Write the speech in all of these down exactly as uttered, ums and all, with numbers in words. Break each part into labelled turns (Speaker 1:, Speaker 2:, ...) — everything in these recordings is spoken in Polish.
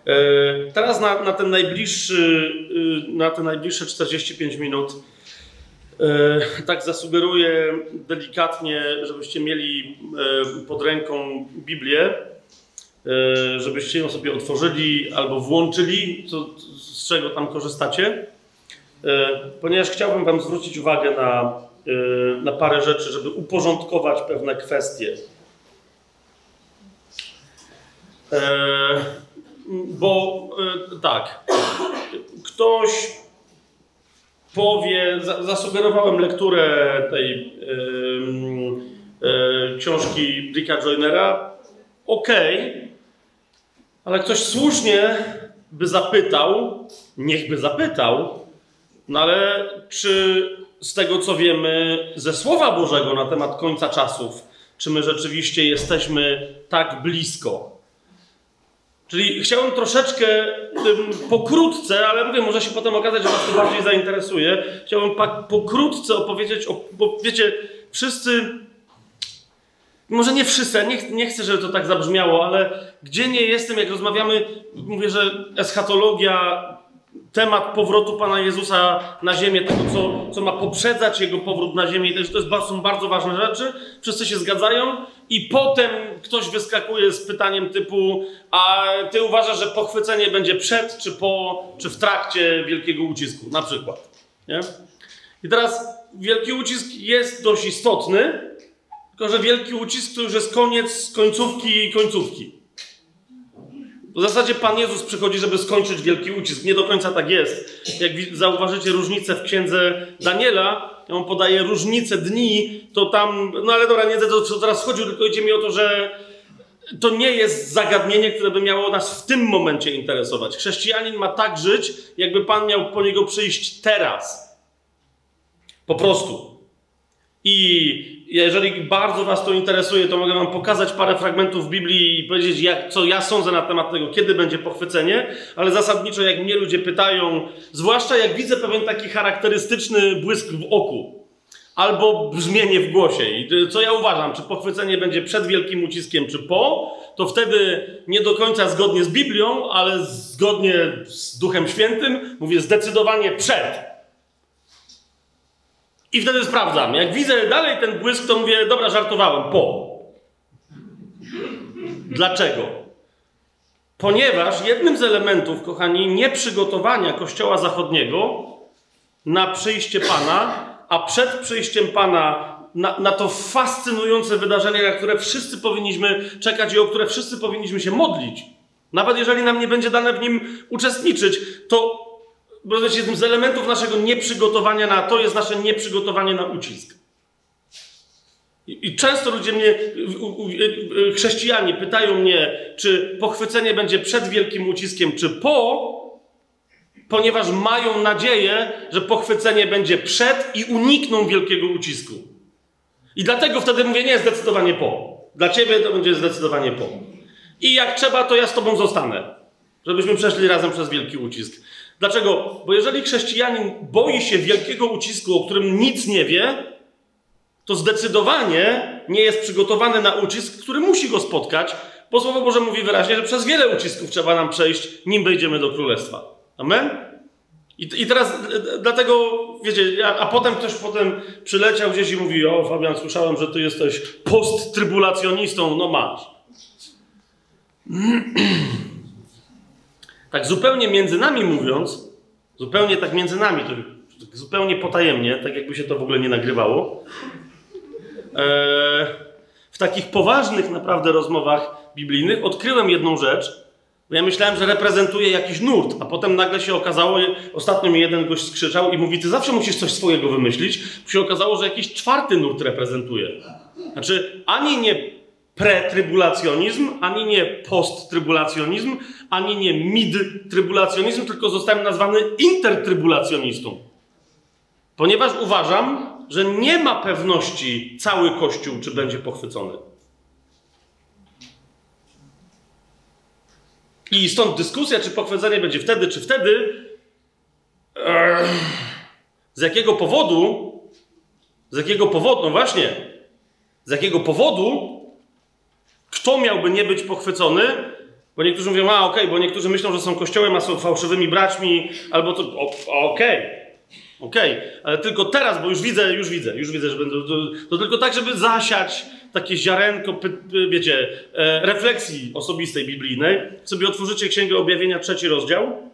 Speaker 1: Teraz na, na ten najbliższy, na te najbliższe czterdzieści pięć minut tak zasugeruję delikatnie, żebyście mieli pod ręką Biblię, żebyście ją sobie otworzyli albo włączyli, co, z czego tam korzystacie, ponieważ chciałbym wam zwrócić uwagę na, na parę rzeczy, żeby uporządkować pewne kwestie. Bo tak, ktoś powie, zasugerowałem lekturę tej yy, yy, książki Ricka Joynera, okej, okay, ale ktoś słusznie by zapytał, niech by zapytał, no ale czy z tego, co wiemy ze Słowa Bożego na temat końca czasów, czy my rzeczywiście jesteśmy tak blisko? Czyli chciałem troszeczkę pokrótce, ale mówię, może się potem okazać, że was to bardziej zainteresuje. Chciałbym pokrótce opowiedzieć, o, bo wiecie, wszyscy, może nie wszyscy, nie, nie chcę, żeby to tak zabrzmiało, ale gdzie nie jestem, jak rozmawiamy, mówię, że eschatologia, temat powrotu Pana Jezusa na ziemię, tego, co, co ma poprzedzać Jego powrót na ziemię, to, jest, to są bardzo ważne rzeczy, wszyscy się zgadzają i potem ktoś wyskakuje z pytaniem typu, a ty uważasz, że pochwycenie będzie przed, czy po, czy w trakcie wielkiego ucisku, na przykład. Nie? I teraz wielki ucisk jest dość istotny, tylko że wielki ucisk to już jest koniec końcówki i końcówki. W zasadzie Pan Jezus przychodzi, żeby skończyć wielki ucisk. Nie do końca tak jest. Jak zauważycie różnicę w księdze Daniela, on podaje różnicę dni, to tam, no ale dobra, nie to co teraz chodził, tylko idzie mi o to, że to nie jest zagadnienie, które by miało nas w tym momencie interesować. Chrześcijanin ma tak żyć, jakby Pan miał po niego przyjść teraz. Po prostu. I jeżeli bardzo was to interesuje, to mogę wam pokazać parę fragmentów Biblii i powiedzieć, jak, co ja sądzę na temat tego, kiedy będzie pochwycenie, ale zasadniczo jak mnie ludzie pytają, zwłaszcza jak widzę pewien taki charakterystyczny błysk w oku albo brzmienie w głosie i co ja uważam, czy pochwycenie będzie przed wielkim uciskiem, czy po, to wtedy nie do końca zgodnie z Biblią, ale zgodnie z Duchem Świętym mówię zdecydowanie przed. I wtedy sprawdzam. Jak widzę dalej ten błysk, to mówię, dobra, żartowałem, po. Dlaczego? Ponieważ jednym z elementów, kochani, nieprzygotowania Kościoła Zachodniego na przyjście Pana, a przed przyjściem Pana na, na to fascynujące wydarzenie, na które wszyscy powinniśmy czekać i o które wszyscy powinniśmy się modlić, nawet jeżeli nam nie będzie dane w nim uczestniczyć, to Rozumiecie, jednym z elementów naszego nieprzygotowania na to jest nasze nieprzygotowanie na ucisk. I, i często ludzie mnie, u, u, chrześcijanie pytają mnie, czy pochwycenie będzie przed wielkim uciskiem, czy po, ponieważ mają nadzieję, że pochwycenie będzie przed i unikną wielkiego ucisku. I dlatego wtedy mówię, nie, zdecydowanie po. Dla ciebie to będzie zdecydowanie po. I jak trzeba, to ja z tobą zostanę, żebyśmy przeszli razem przez wielki ucisk. Dlaczego? Bo jeżeli chrześcijanin boi się wielkiego ucisku, o którym nic nie wie, to zdecydowanie nie jest przygotowany na ucisk, który musi go spotkać, bo Słowo Boże mówi wyraźnie, że przez wiele ucisków trzeba nam przejść, nim wejdziemy do Królestwa. Amen? I, i teraz dlatego, wiecie, a, a potem ktoś potem przyleciał gdzieś i mówi, o Fabian, słyszałem, że ty jesteś posttrybulacjonistą, no masz. Tak zupełnie między nami mówiąc, zupełnie tak między nami, to zupełnie potajemnie, tak jakby się to w ogóle nie nagrywało, e, w takich poważnych naprawdę rozmowach biblijnych odkryłem jedną rzecz, bo ja myślałem, że reprezentuję jakiś nurt, a potem nagle się okazało, ostatnio mi jeden gość skrzyczał i mówi, ty zawsze musisz coś swojego wymyślić, bo się okazało, że jakiś czwarty nurt reprezentuje. Znaczy, ani nie pretrybulacjonizm, ani nie posttrybulacjonizm, ani nie mid-trybulacjonizm, tylko zostałem nazwany intertrybulacjonistą. Ponieważ uważam, że nie ma pewności cały Kościół, czy będzie pochwycony. I stąd dyskusja, czy pochwycenie będzie wtedy, czy wtedy. Eee, z jakiego powodu? Z jakiego powodu? No właśnie. Z jakiego powodu? Kto miałby nie być pochwycony? Bo niektórzy mówią, a okej, okay, bo niektórzy myślą, że są kościołem, a są fałszywymi braćmi, albo to, okej, okay, okej, okay. Ale tylko teraz, bo już widzę, już widzę, już widzę, że będą, to, to tylko tak, żeby zasiać takie ziarenko, wiecie, e, refleksji osobistej, biblijnej. Sobie otworzycie Księgę Objawienia, trzeci rozdział.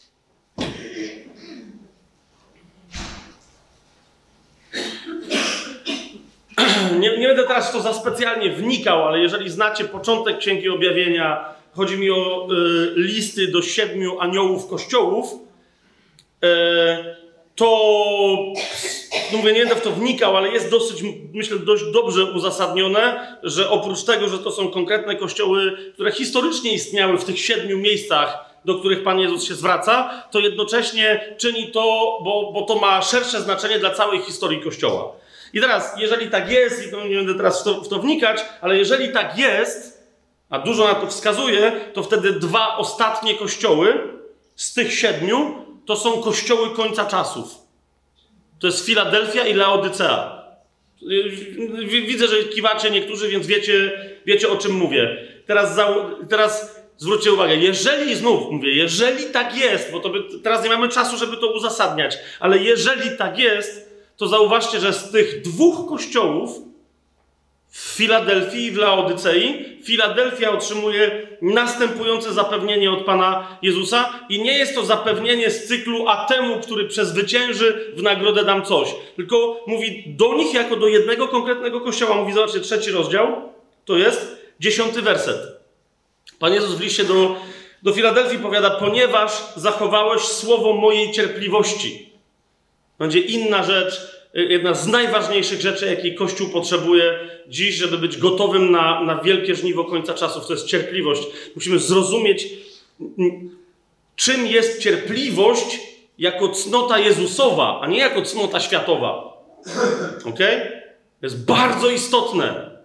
Speaker 1: Nie, nie będę teraz w to za specjalnie wnikał, ale jeżeli znacie początek Księgi Objawienia, chodzi mi o y, listy do siedmiu aniołów kościołów, y, to no mówię, nie będę w to wnikał, ale jest dosyć, myślę, dość dobrze uzasadnione, że oprócz tego, że to są konkretne kościoły, które historycznie istniały w tych siedmiu miejscach, do których Pan Jezus się zwraca, to jednocześnie czyni to, bo, bo to ma szersze znaczenie dla całej historii Kościoła. I teraz, jeżeli tak jest, i to nie będę teraz w to, w to wnikać, ale jeżeli tak jest, a dużo na to wskazuje, to wtedy dwa ostatnie kościoły z tych siedmiu to są kościoły końca czasów. To jest Filadelfia i Laodycea. Widzę, że kiwacie niektórzy, więc wiecie, wiecie o czym mówię. Teraz, za, teraz zwróćcie uwagę, jeżeli, znów mówię, jeżeli tak jest, bo to by, teraz nie mamy czasu, żeby to uzasadniać, ale jeżeli tak jest, to zauważcie, że z tych dwóch kościołów w Filadelfii i w Laodycei Filadelfia otrzymuje następujące zapewnienie od Pana Jezusa i nie jest to zapewnienie z cyklu a temu, który przezwycięży, w nagrodę dam coś. Tylko mówi do nich jako do jednego konkretnego kościoła. Mówi, zobaczcie, trzeci rozdział, to jest dziesiąty werset. Pan Jezus w liście do, do Filadelfii powiada, ponieważ zachowałeś słowo mojej cierpliwości. Będzie inna rzecz, jedna z najważniejszych rzeczy, jakiej Kościół potrzebuje dziś, żeby być gotowym na, na wielkie żniwo końca czasów. To jest cierpliwość. Musimy zrozumieć, czym jest cierpliwość jako cnota Jezusowa, a nie jako cnota światowa. Okej? Okay? To jest bardzo istotne.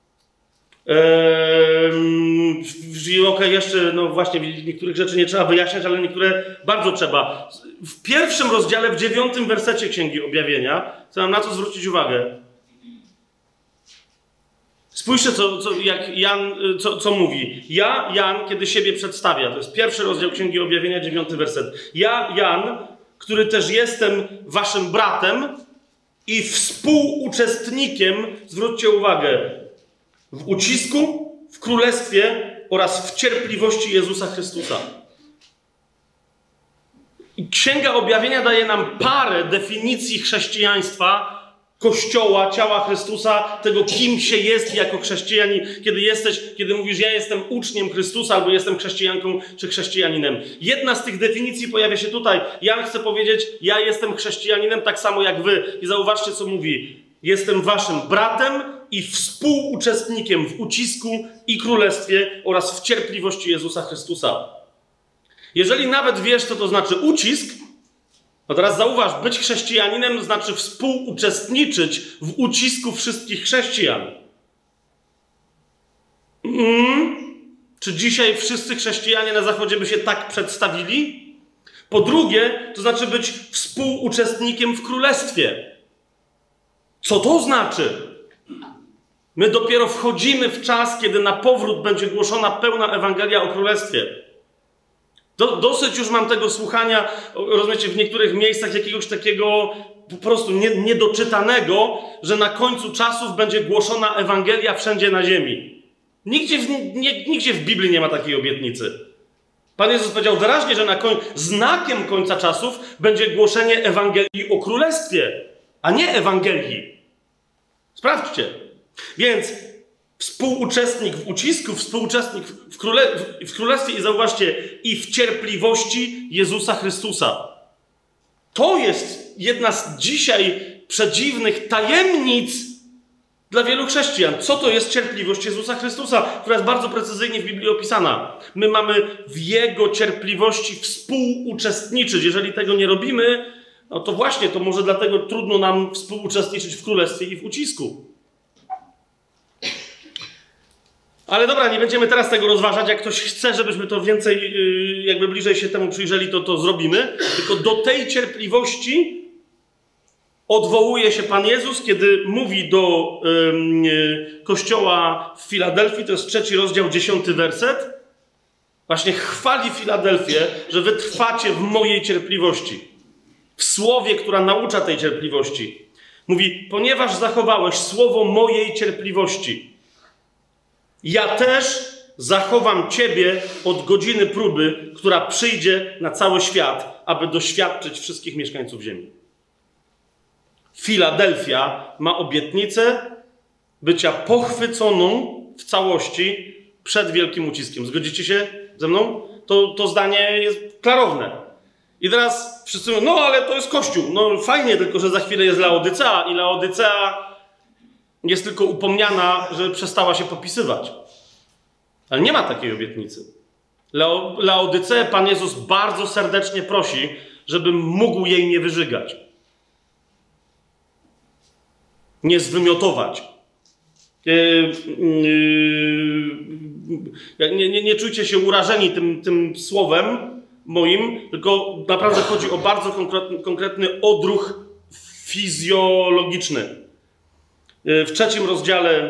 Speaker 1: Eee, Okej, okay, jeszcze, no właśnie, niektórych rzeczy nie trzeba wyjaśniać, ale niektóre bardzo trzeba. W pierwszym rozdziale, w dziewiątym wersecie Księgi Objawienia, chcę nam na to zwrócić uwagę. Spójrzcie, co, co, jak Jan, co, co mówi. Ja, Jan, kiedy siebie przedstawia, to jest pierwszy rozdział Księgi Objawienia, dziewiąty werset. Ja, Jan, który też jestem waszym bratem i współuczestnikiem, zwróćcie uwagę, w ucisku, w królestwie oraz w cierpliwości Jezusa Chrystusa. I Księga Objawienia daje nam parę definicji chrześcijaństwa, Kościoła, ciała Chrystusa, tego, kim się jest jako chrześcijanin, kiedy jesteś, kiedy mówisz, ja jestem uczniem Chrystusa, albo jestem chrześcijanką czy chrześcijaninem. Jedna z tych definicji pojawia się tutaj. Jan chce powiedzieć, ja jestem chrześcijaninem tak samo jak wy. I zauważcie, co mówi. Jestem waszym bratem i współuczestnikiem w ucisku i królestwie oraz w cierpliwości Jezusa Chrystusa. Jeżeli nawet wiesz, co to znaczy ucisk, no teraz zauważ, być chrześcijaninem znaczy współuczestniczyć w ucisku wszystkich chrześcijan. Mm. Czy dzisiaj wszyscy chrześcijanie na Zachodzie by się tak przedstawili? Po drugie, to znaczy być współuczestnikiem w królestwie. Co to znaczy? My dopiero wchodzimy w czas, kiedy na powrót będzie głoszona pełna Ewangelia o Królestwie. Do, dosyć już mam tego słuchania, rozumiecie, w niektórych miejscach jakiegoś takiego po prostu nie, niedoczytanego, że na końcu czasów będzie głoszona Ewangelia wszędzie na ziemi. Nigdzie w, nie, nigdzie w Biblii nie ma takiej obietnicy. Pan Jezus powiedział wyraźnie, że na koń, znakiem końca czasów będzie głoszenie Ewangelii o Królestwie, a nie Ewangelii. Sprawdźcie. Więc współuczestnik w ucisku, współuczestnik w, króle, w królestwie i zauważcie, i w cierpliwości Jezusa Chrystusa. To jest jedna z dzisiaj przedziwnych tajemnic dla wielu chrześcijan. Co to jest cierpliwość Jezusa Chrystusa, która jest bardzo precyzyjnie w Biblii opisana. My mamy w Jego cierpliwości współuczestniczyć. Jeżeli tego nie robimy, no to właśnie, to może dlatego trudno nam współuczestniczyć w królestwie i w ucisku. Ale dobra, nie będziemy teraz tego rozważać. Jak ktoś chce, żebyśmy to więcej, jakby bliżej się temu przyjrzeli, to to zrobimy. Tylko do tej cierpliwości odwołuje się Pan Jezus, kiedy mówi do yy, kościoła w Filadelfii, to jest trzeci rozdział, dziesiąty werset. Właśnie chwali Filadelfię, że wy trwacie w mojej cierpliwości. W słowie, która naucza tej cierpliwości. Mówi, ponieważ zachowałeś słowo mojej cierpliwości, ja też zachowam ciebie od godziny próby, która przyjdzie na cały świat, aby doświadczyć wszystkich mieszkańców ziemi. Filadelfia ma obietnicę bycia pochwyconą w całości przed wielkim uciskiem. Zgodzicie się ze mną? To, to zdanie jest klarowne. I teraz wszyscy mówią, no ale to jest Kościół. No fajnie, tylko że za chwilę jest Laodycea i Laodycea jest tylko upomniana, że przestała się popisywać. Ale nie ma takiej obietnicy. Lao, Laodyceę Pan Jezus bardzo serdecznie prosi, żeby mógł jej nie wyżygać. Nie zwymiotować. Yy, yy, nie, nie, nie czujcie się urażeni tym, tym słowem moim, tylko naprawdę chodzi o bardzo konkretny, konkretny odruch fizjologiczny. Yy, w trzecim rozdziale,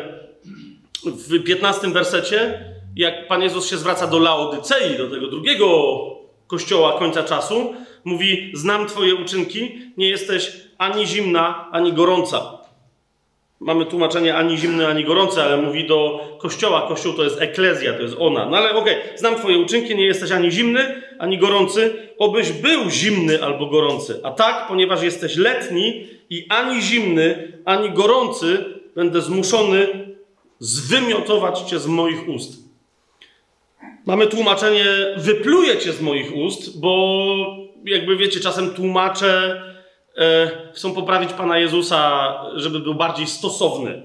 Speaker 1: w piętnastym wersecie, jak Pan Jezus się zwraca do Laodycei, do tego drugiego kościoła końca czasu, mówi, znam twoje uczynki, nie jesteś ani zimna, ani gorąca. Mamy tłumaczenie ani zimny, ani gorący, ale mówi do kościoła. Kościół to jest eklezja, to jest ona. No ale okej, okay, znam twoje uczynki, nie jesteś ani zimny, ani gorący, obyś był zimny albo gorący. A tak, ponieważ jesteś letni i ani zimny, ani gorący, będę zmuszony zwymiotować cię z moich ust. Mamy tłumaczenie, wypluję cię z moich ust, bo jakby wiecie, czasem tłumacze e, chcą poprawić Pana Jezusa, żeby był bardziej stosowny.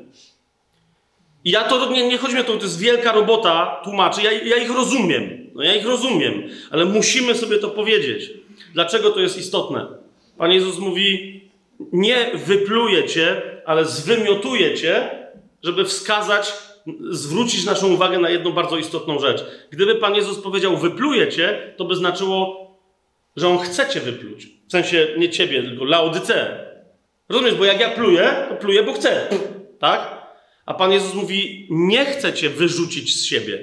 Speaker 1: I ja to, nie, nie chodzi mi o to, to jest wielka robota tłumaczy, ja, ja ich rozumiem, no ja ich rozumiem, ale musimy sobie to powiedzieć. Dlaczego to jest istotne? Pan Jezus mówi, nie wypluję cię, ale zwymiotuję cię, żeby wskazać, zwrócić naszą uwagę na jedną bardzo istotną rzecz. Gdyby Pan Jezus powiedział, wypluję cię, to by znaczyło, że On chce cię wypluć. W sensie nie ciebie, tylko Laodyceę. Rozumiesz? Bo jak ja pluję, to pluję, bo chcę. Tak? A Pan Jezus mówi, nie chcę cię wyrzucić z siebie.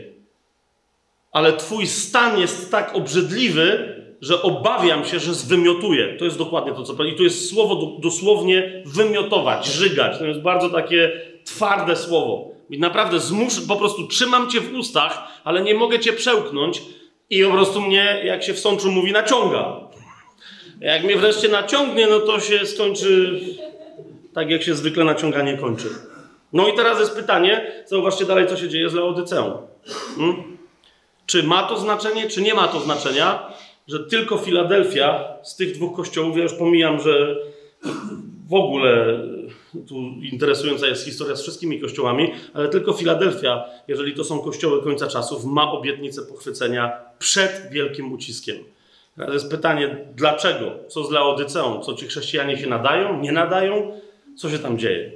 Speaker 1: Ale twój stan jest tak obrzydliwy, że obawiam się, że zwymiotuję. To jest dokładnie to, co powiem. I tu jest słowo dosłownie wymiotować, żygać. To jest bardzo takie twarde słowo. I naprawdę zmusz, po prostu trzymam cię w ustach, ale nie mogę cię przełknąć i po prostu mnie, jak się w Sączu mówi, naciąga. Jak mnie wreszcie naciągnie, no to się skończy tak, jak się zwykle naciąganie kończy. No i teraz jest pytanie, zauważcie dalej, co się dzieje z Laodyceą. Hmm? Czy ma to znaczenie, czy nie ma to znaczenia, że tylko Filadelfia z tych dwóch kościołów, ja już pomijam, że w ogóle tu interesująca jest historia z wszystkimi kościołami, ale tylko Filadelfia, jeżeli to są kościoły końca czasów, ma obietnicę pochwycenia przed wielkim uciskiem. Teraz jest pytanie, dlaczego? Co z Laodyceą? Co ci chrześcijanie się nadają? Nie nadają? Co się tam dzieje?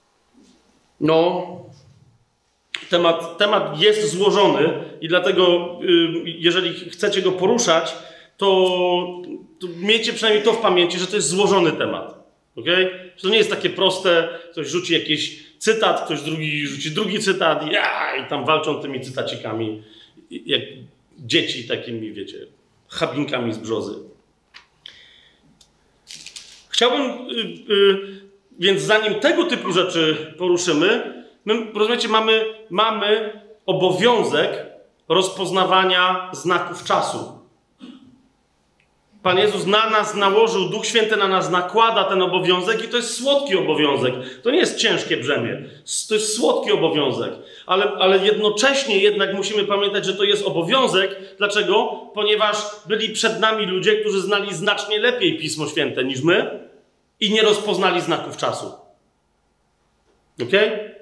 Speaker 1: No, temat, temat jest złożony i dlatego, jeżeli chcecie go poruszać, to, to miejcie przynajmniej to w pamięci, że to jest złożony temat. Okay? Że to nie jest takie proste, ktoś rzuci jakiś cytat, ktoś drugi rzuci drugi cytat i, ja, i tam walczą tymi cytacikami, jak dzieci takimi, wiecie, chabinkami z brzozy. Chciałbym, yy, yy, więc zanim tego typu rzeczy poruszymy, my, rozumiecie, mamy, mamy obowiązek rozpoznawania znaków czasu. Pan Jezus na nas nałożył, Duch Święty na nas nakłada ten obowiązek i to jest słodki obowiązek. To nie jest ciężkie brzemię. To jest słodki obowiązek. Ale, ale jednocześnie jednak musimy pamiętać, że to jest obowiązek. Dlaczego? Ponieważ byli przed nami ludzie, którzy znali znacznie lepiej Pismo Święte niż my i nie rozpoznali znaków czasu. Okej? Okay?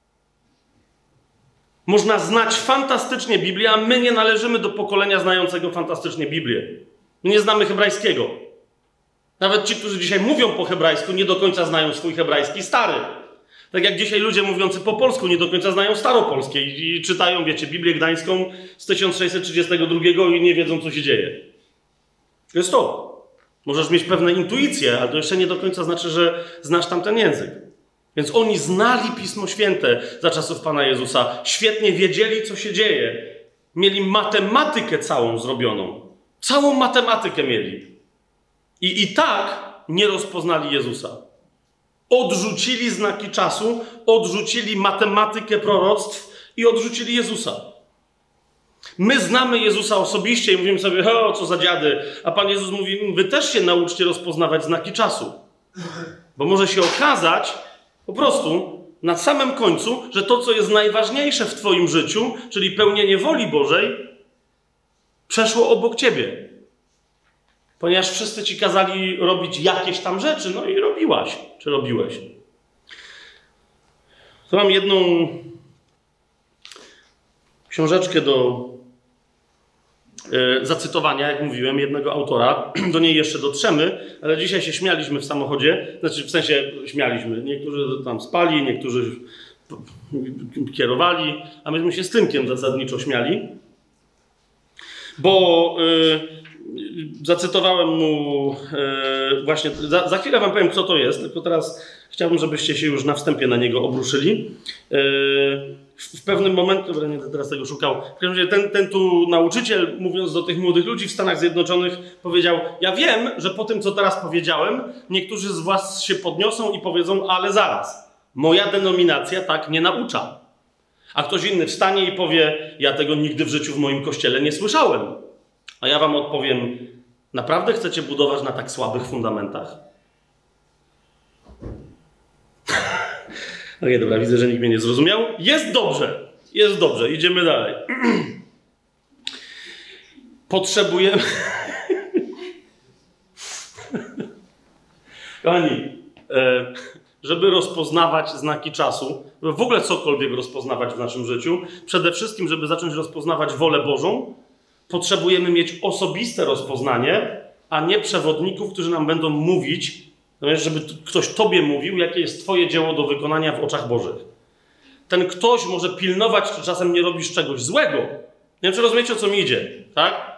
Speaker 1: Można znać fantastycznie Biblię, a my nie należymy do pokolenia znającego fantastycznie Biblię. My nie znamy hebrajskiego. Nawet ci, którzy dzisiaj mówią po hebrajsku, nie do końca znają swój hebrajski stary. Tak jak dzisiaj ludzie mówiący po polsku nie do końca znają staropolskie i, i czytają, wiecie, Biblię Gdańską z tysiąc sześćset trzydziestego drugiego i nie wiedzą, co się dzieje. To jest to. Możesz mieć pewne intuicje, ale to jeszcze nie do końca znaczy, że znasz tamten język. Więc oni znali Pismo Święte za czasów Pana Jezusa. Świetnie wiedzieli, co się dzieje. Mieli matematykę całą zrobioną. Całą matematykę mieli. I i tak nie rozpoznali Jezusa. Odrzucili znaki czasu, odrzucili matematykę proroctw i odrzucili Jezusa. My znamy Jezusa osobiście i mówimy sobie, o, co za dziady. A Pan Jezus mówi, wy też się nauczcie rozpoznawać znaki czasu. Bo może się okazać, po prostu, na samym końcu, że to, co jest najważniejsze w twoim życiu, czyli pełnienie woli Bożej, przeszło obok ciebie. Ponieważ wszyscy ci kazali robić jakieś tam rzeczy, no i robiłaś, czy robiłeś. To mam jedną książeczkę do e, zacytowania, jak mówiłem, jednego autora. Do niej jeszcze dotrzemy, ale dzisiaj się śmialiśmy w samochodzie. Znaczy, w sensie śmialiśmy. Niektórzy tam spali, niektórzy kierowali, a myśmy się z Tymkiem zasadniczo śmiali. Bo e, zacytowałem mu e, właśnie, za, za chwilę wam powiem, kto to jest, tylko teraz chciałbym, żebyście się już na wstępie na niego obruszyli. E, w, w pewnym momencie, dobra, nie będę teraz tego szukał, w każdym razie ten, ten tu nauczyciel, mówiąc do tych młodych ludzi w Stanach Zjednoczonych, powiedział, ja wiem, że po tym, co teraz powiedziałem, niektórzy z was się podniosą i powiedzą, ale zaraz, moja denominacja tak nie naucza. A ktoś inny wstanie i powie, ja tego nigdy w życiu w moim kościele nie słyszałem. A ja wam odpowiem, naprawdę chcecie budować na tak słabych fundamentach? Okej, okay, dobra, widzę, że nikt mnie nie zrozumiał. Jest dobrze, jest dobrze, idziemy dalej. Potrzebujemy... Kochani, żeby rozpoznawać znaki czasu, żeby w ogóle cokolwiek rozpoznawać w naszym życiu, przede wszystkim, żeby zacząć rozpoznawać wolę Bożą, potrzebujemy mieć osobiste rozpoznanie, a nie przewodników, którzy nam będą mówić, żeby ktoś tobie mówił, jakie jest twoje dzieło do wykonania w oczach Bożych. Ten ktoś może pilnować, czy czasem nie robisz czegoś złego. Nie wiem, czy rozumiecie, o co mi idzie, tak?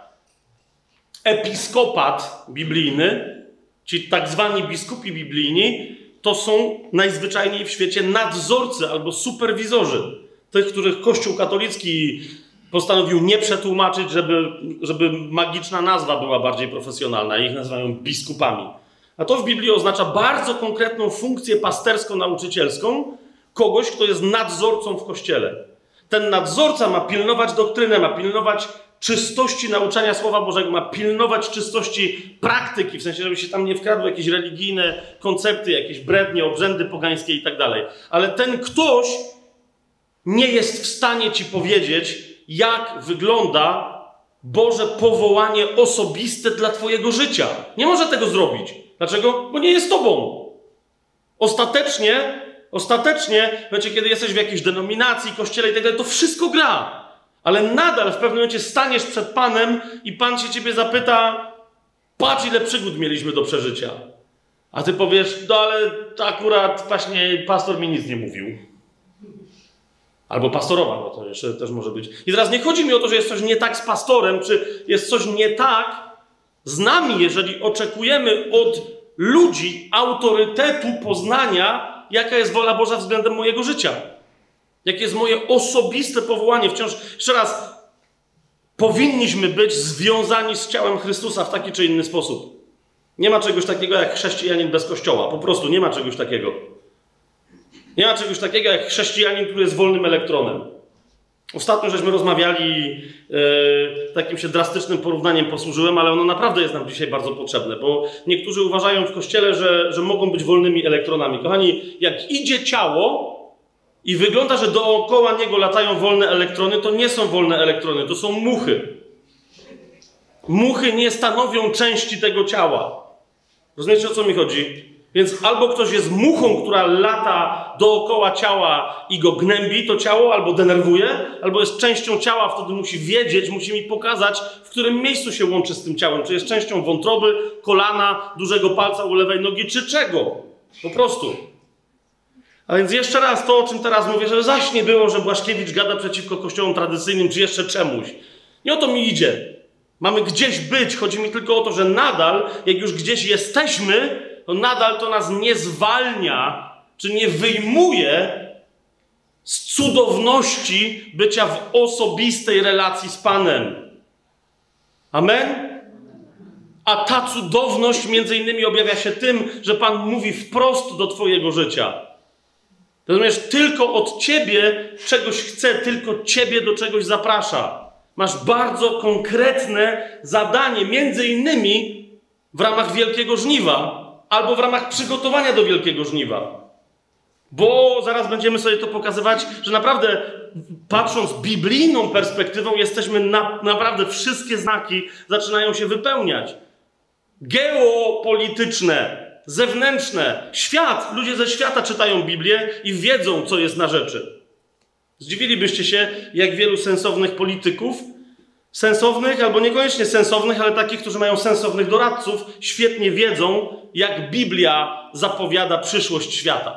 Speaker 1: Episkopat biblijny, ci tak zwani biskupi biblijni, to są najzwyczajniej w świecie nadzorcy albo superwizorzy. Tych, których Kościół katolicki postanowił nie przetłumaczyć, żeby, żeby magiczna nazwa była bardziej profesjonalna. Ich nazywają biskupami. A to w Biblii oznacza bardzo konkretną funkcję pastersko-nauczycielską kogoś, kto jest nadzorcą w Kościele. Ten nadzorca ma pilnować doktrynę, ma pilnować czystości nauczania Słowa Bożego, ma pilnować czystości praktyki, w sensie, żeby się tam nie wkradły jakieś religijne koncepty, jakieś brednie, obrzędy pogańskie i tak dalej. Ale ten ktoś nie jest w stanie ci powiedzieć, jak wygląda Boże powołanie osobiste dla twojego życia. Nie może tego zrobić. Dlaczego? Bo nie jest tobą. Ostatecznie, ostatecznie, wiecie, kiedy jesteś w jakiejś denominacji, kościele i tak dalej, to wszystko gra. Ale nadal w pewnym momencie staniesz przed Panem i Pan się ciebie zapyta, patrz, ile przygód mieliśmy do przeżycia. A ty powiesz, no ale akurat właśnie pastor mi nic nie mówił. Albo pastorowa, bo to jeszcze też może być. I teraz nie chodzi mi o to, że jest coś nie tak z pastorem, czy jest coś nie tak z nami, jeżeli oczekujemy od ludzi autorytetu poznania, jaka jest wola Boża względem mojego życia. Jakie jest moje osobiste powołanie. Wciąż, jeszcze raz, powinniśmy być związani z ciałem Chrystusa w taki czy inny sposób. Nie ma czegoś takiego jak chrześcijanin bez kościoła. Po prostu nie ma czegoś takiego. Nie ma czegoś takiego jak chrześcijanin, który jest wolnym elektronem. Ostatnio żeśmy rozmawiali, yy, takim się drastycznym porównaniem posłużyłem, ale ono naprawdę jest nam dzisiaj bardzo potrzebne, bo niektórzy uważają w Kościele, że, że mogą być wolnymi elektronami. Kochani, jak idzie ciało i wygląda, że dookoła niego latają wolne elektrony, to nie są wolne elektrony, to są muchy. Muchy nie stanowią części tego ciała. Rozumiecie, o co mi chodzi? Więc albo ktoś jest muchą, która lata dookoła ciała i go gnębi, to ciało, albo denerwuje, albo jest częścią ciała, wtedy musi wiedzieć, musi mi pokazać, w którym miejscu się łączy z tym ciałem. Czy jest częścią wątroby, kolana, dużego palca u lewej nogi, czy czego? Po prostu. A więc jeszcze raz to, o czym teraz mówię, że zaś nie było, że Błaszkiewicz gada przeciwko kościołom tradycyjnym, czy jeszcze czemuś. Nie o to mi idzie. Mamy gdzieś być. Chodzi mi tylko o to, że nadal, jak już gdzieś jesteśmy, to nadal to nas nie zwalnia, czy nie wyjmuje z cudowności bycia w osobistej relacji z Panem. Amen? A ta cudowność między innymi objawia się tym, że Pan mówi wprost do twojego życia. Rozumiesz, tylko od ciebie czegoś chce, tylko ciebie do czegoś zaprasza. Masz bardzo konkretne zadanie, między innymi w ramach wielkiego żniwa, albo w ramach przygotowania do wielkiego żniwa. Bo zaraz będziemy sobie to pokazywać, że naprawdę patrząc biblijną perspektywą jesteśmy na, naprawdę wszystkie znaki zaczynają się wypełniać. Geopolityczne, zewnętrzne, świat, ludzie ze świata czytają Biblię i wiedzą, co jest na rzeczy. Zdziwilibyście się, jak wielu sensownych polityków, sensownych albo niekoniecznie sensownych, ale takich, którzy mają sensownych doradców, świetnie wiedzą, jak Biblia zapowiada przyszłość świata.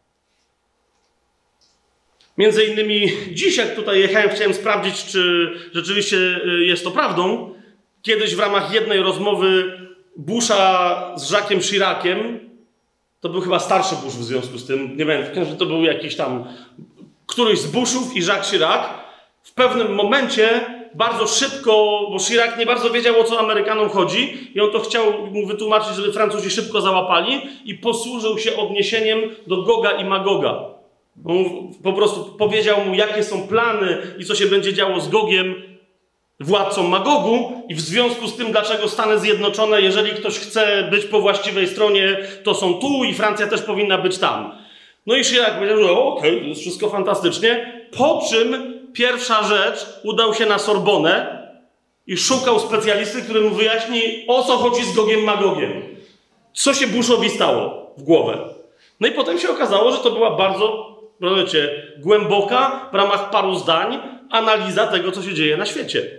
Speaker 1: Między innymi dziś, jak tutaj jechałem, chciałem sprawdzić, czy rzeczywiście jest to prawdą. Kiedyś w ramach jednej rozmowy Busha z Jacques'em Chiraciem, to był chyba starszy Bush w związku z tym, nie wiem, to był jakiś tam, któryś z Bushów i Jacques Chirac, w pewnym momencie bardzo szybko, bo Chirac nie bardzo wiedział, o co Amerykanom chodzi i on to chciał mu wytłumaczyć, żeby Francuzi szybko załapali i posłużył się odniesieniem do Goga i Magoga. On po prostu powiedział mu, jakie są plany i co się będzie działo z Gogiem, władcą Magogu, i w związku z tym, dlaczego Stany Zjednoczone, jeżeli ktoś chce być po właściwej stronie, to są tu i Francja też powinna być tam. No i Chirac powiedział, że okej, okay, to jest wszystko fantastycznie, po czym pierwsza rzecz, udał się na Sorbonę i szukał specjalisty, który mu wyjaśni, o co chodzi z Gogiem Magogiem. Co się Bushowi stało w głowę. No i potem się okazało, że to była bardzo, wiecie, głęboka, w ramach paru zdań, analiza tego, co się dzieje na świecie.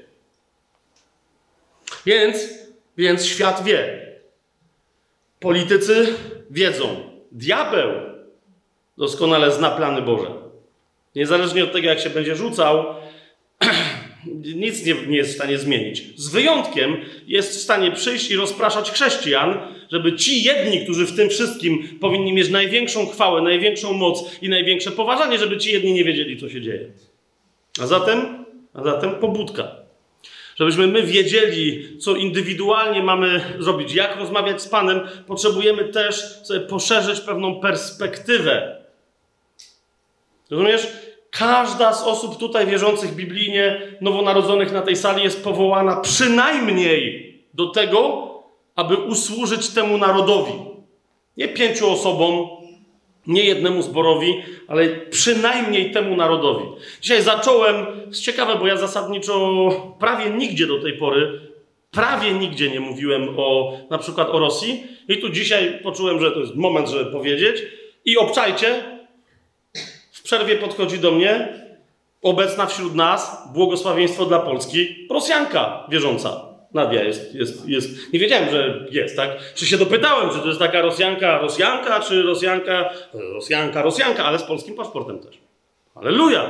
Speaker 1: Więc, więc świat wie. Politycy wiedzą. Diabeł doskonale zna plany Boże. Niezależnie od tego, jak się będzie rzucał, nic nie, nie jest w stanie zmienić. Z wyjątkiem jest w stanie przyjść i rozpraszać chrześcijan, żeby ci jedni, którzy w tym wszystkim powinni mieć największą chwałę, największą moc i największe poważanie, żeby ci jedni nie wiedzieli, co się dzieje. A zatem, a zatem pobudka. Żebyśmy my wiedzieli, co indywidualnie mamy zrobić, jak rozmawiać z Panem, potrzebujemy też sobie poszerzyć pewną perspektywę. Rozumiesz? Każda z osób tutaj wierzących biblijnie, nowonarodzonych na tej sali jest powołana przynajmniej do tego, aby usłużyć temu narodowi. Nie pięciu osobom, nie jednemu zborowi, ale przynajmniej temu narodowi. Dzisiaj zacząłem, jest ciekawe, bo ja zasadniczo prawie nigdzie do tej pory, prawie nigdzie nie mówiłem o, na przykład o Rosji. I tu dzisiaj poczułem, że to jest moment, żeby powiedzieć. I obczajcie, w przerwie podchodzi do mnie obecna wśród nas, błogosławieństwo dla Polski, Rosjanka wierząca. Nadia jest, jest, jest. Nie wiedziałem, że jest, tak? Czy się dopytałem, czy to jest taka Rosjanka, Rosjanka, czy Rosjanka, Rosjanka, Rosjanka, ale z polskim paszportem też. Halleluja!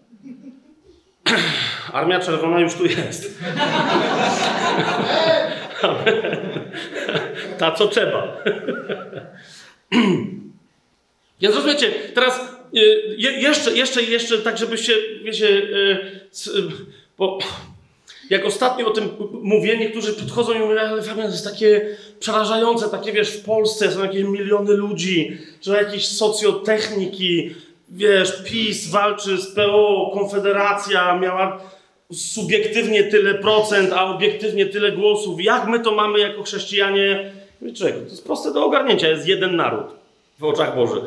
Speaker 1: Armia Czerwona już tu jest. Ta, co trzeba. Więc rozumiecie, teraz je, jeszcze, jeszcze, jeszcze, tak żebyście, wiecie, yy, bo jak ostatnio o tym mówię, niektórzy podchodzą i mówią, ale Fabian, to jest takie przerażające, takie, wiesz, w Polsce są jakieś miliony ludzi, że jakieś socjotechniki, wiesz, PiS walczy z P O, Konfederacja miała subiektywnie tyle procent, a obiektywnie tyle głosów. Jak my to mamy jako chrześcijanie? Czego? To jest proste do ogarnięcia. Jest jeden naród w oczach Bożych.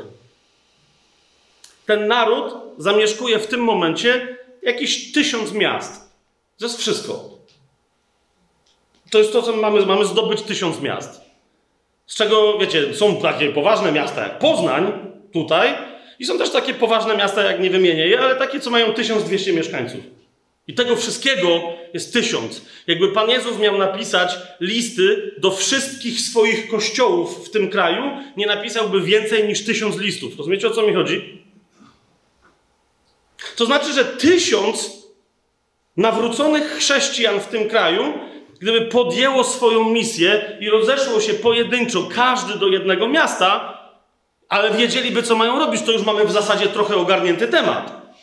Speaker 1: Ten naród zamieszkuje w tym momencie jakieś tysiąc miast. To jest wszystko. To jest to, co mamy, mamy zdobyć tysiąc miast. Z czego, wiecie, są takie poważne miasta jak Poznań, tutaj, i są też takie poważne miasta, jak nie wymienię je, ale takie, co mają tysiąc dwieście mieszkańców. I tego wszystkiego jest tysiąc. Jakby Pan Jezus miał napisać listy do wszystkich swoich kościołów w tym kraju, nie napisałby więcej niż tysiąc listów. Rozumiecie, o co mi chodzi? To znaczy, że tysiąc nawróconych chrześcijan w tym kraju, gdyby podjęło swoją misję i rozeszło się pojedynczo każdy do jednego miasta, ale wiedzieliby, co mają robić, to już mamy w zasadzie trochę ogarnięty temat.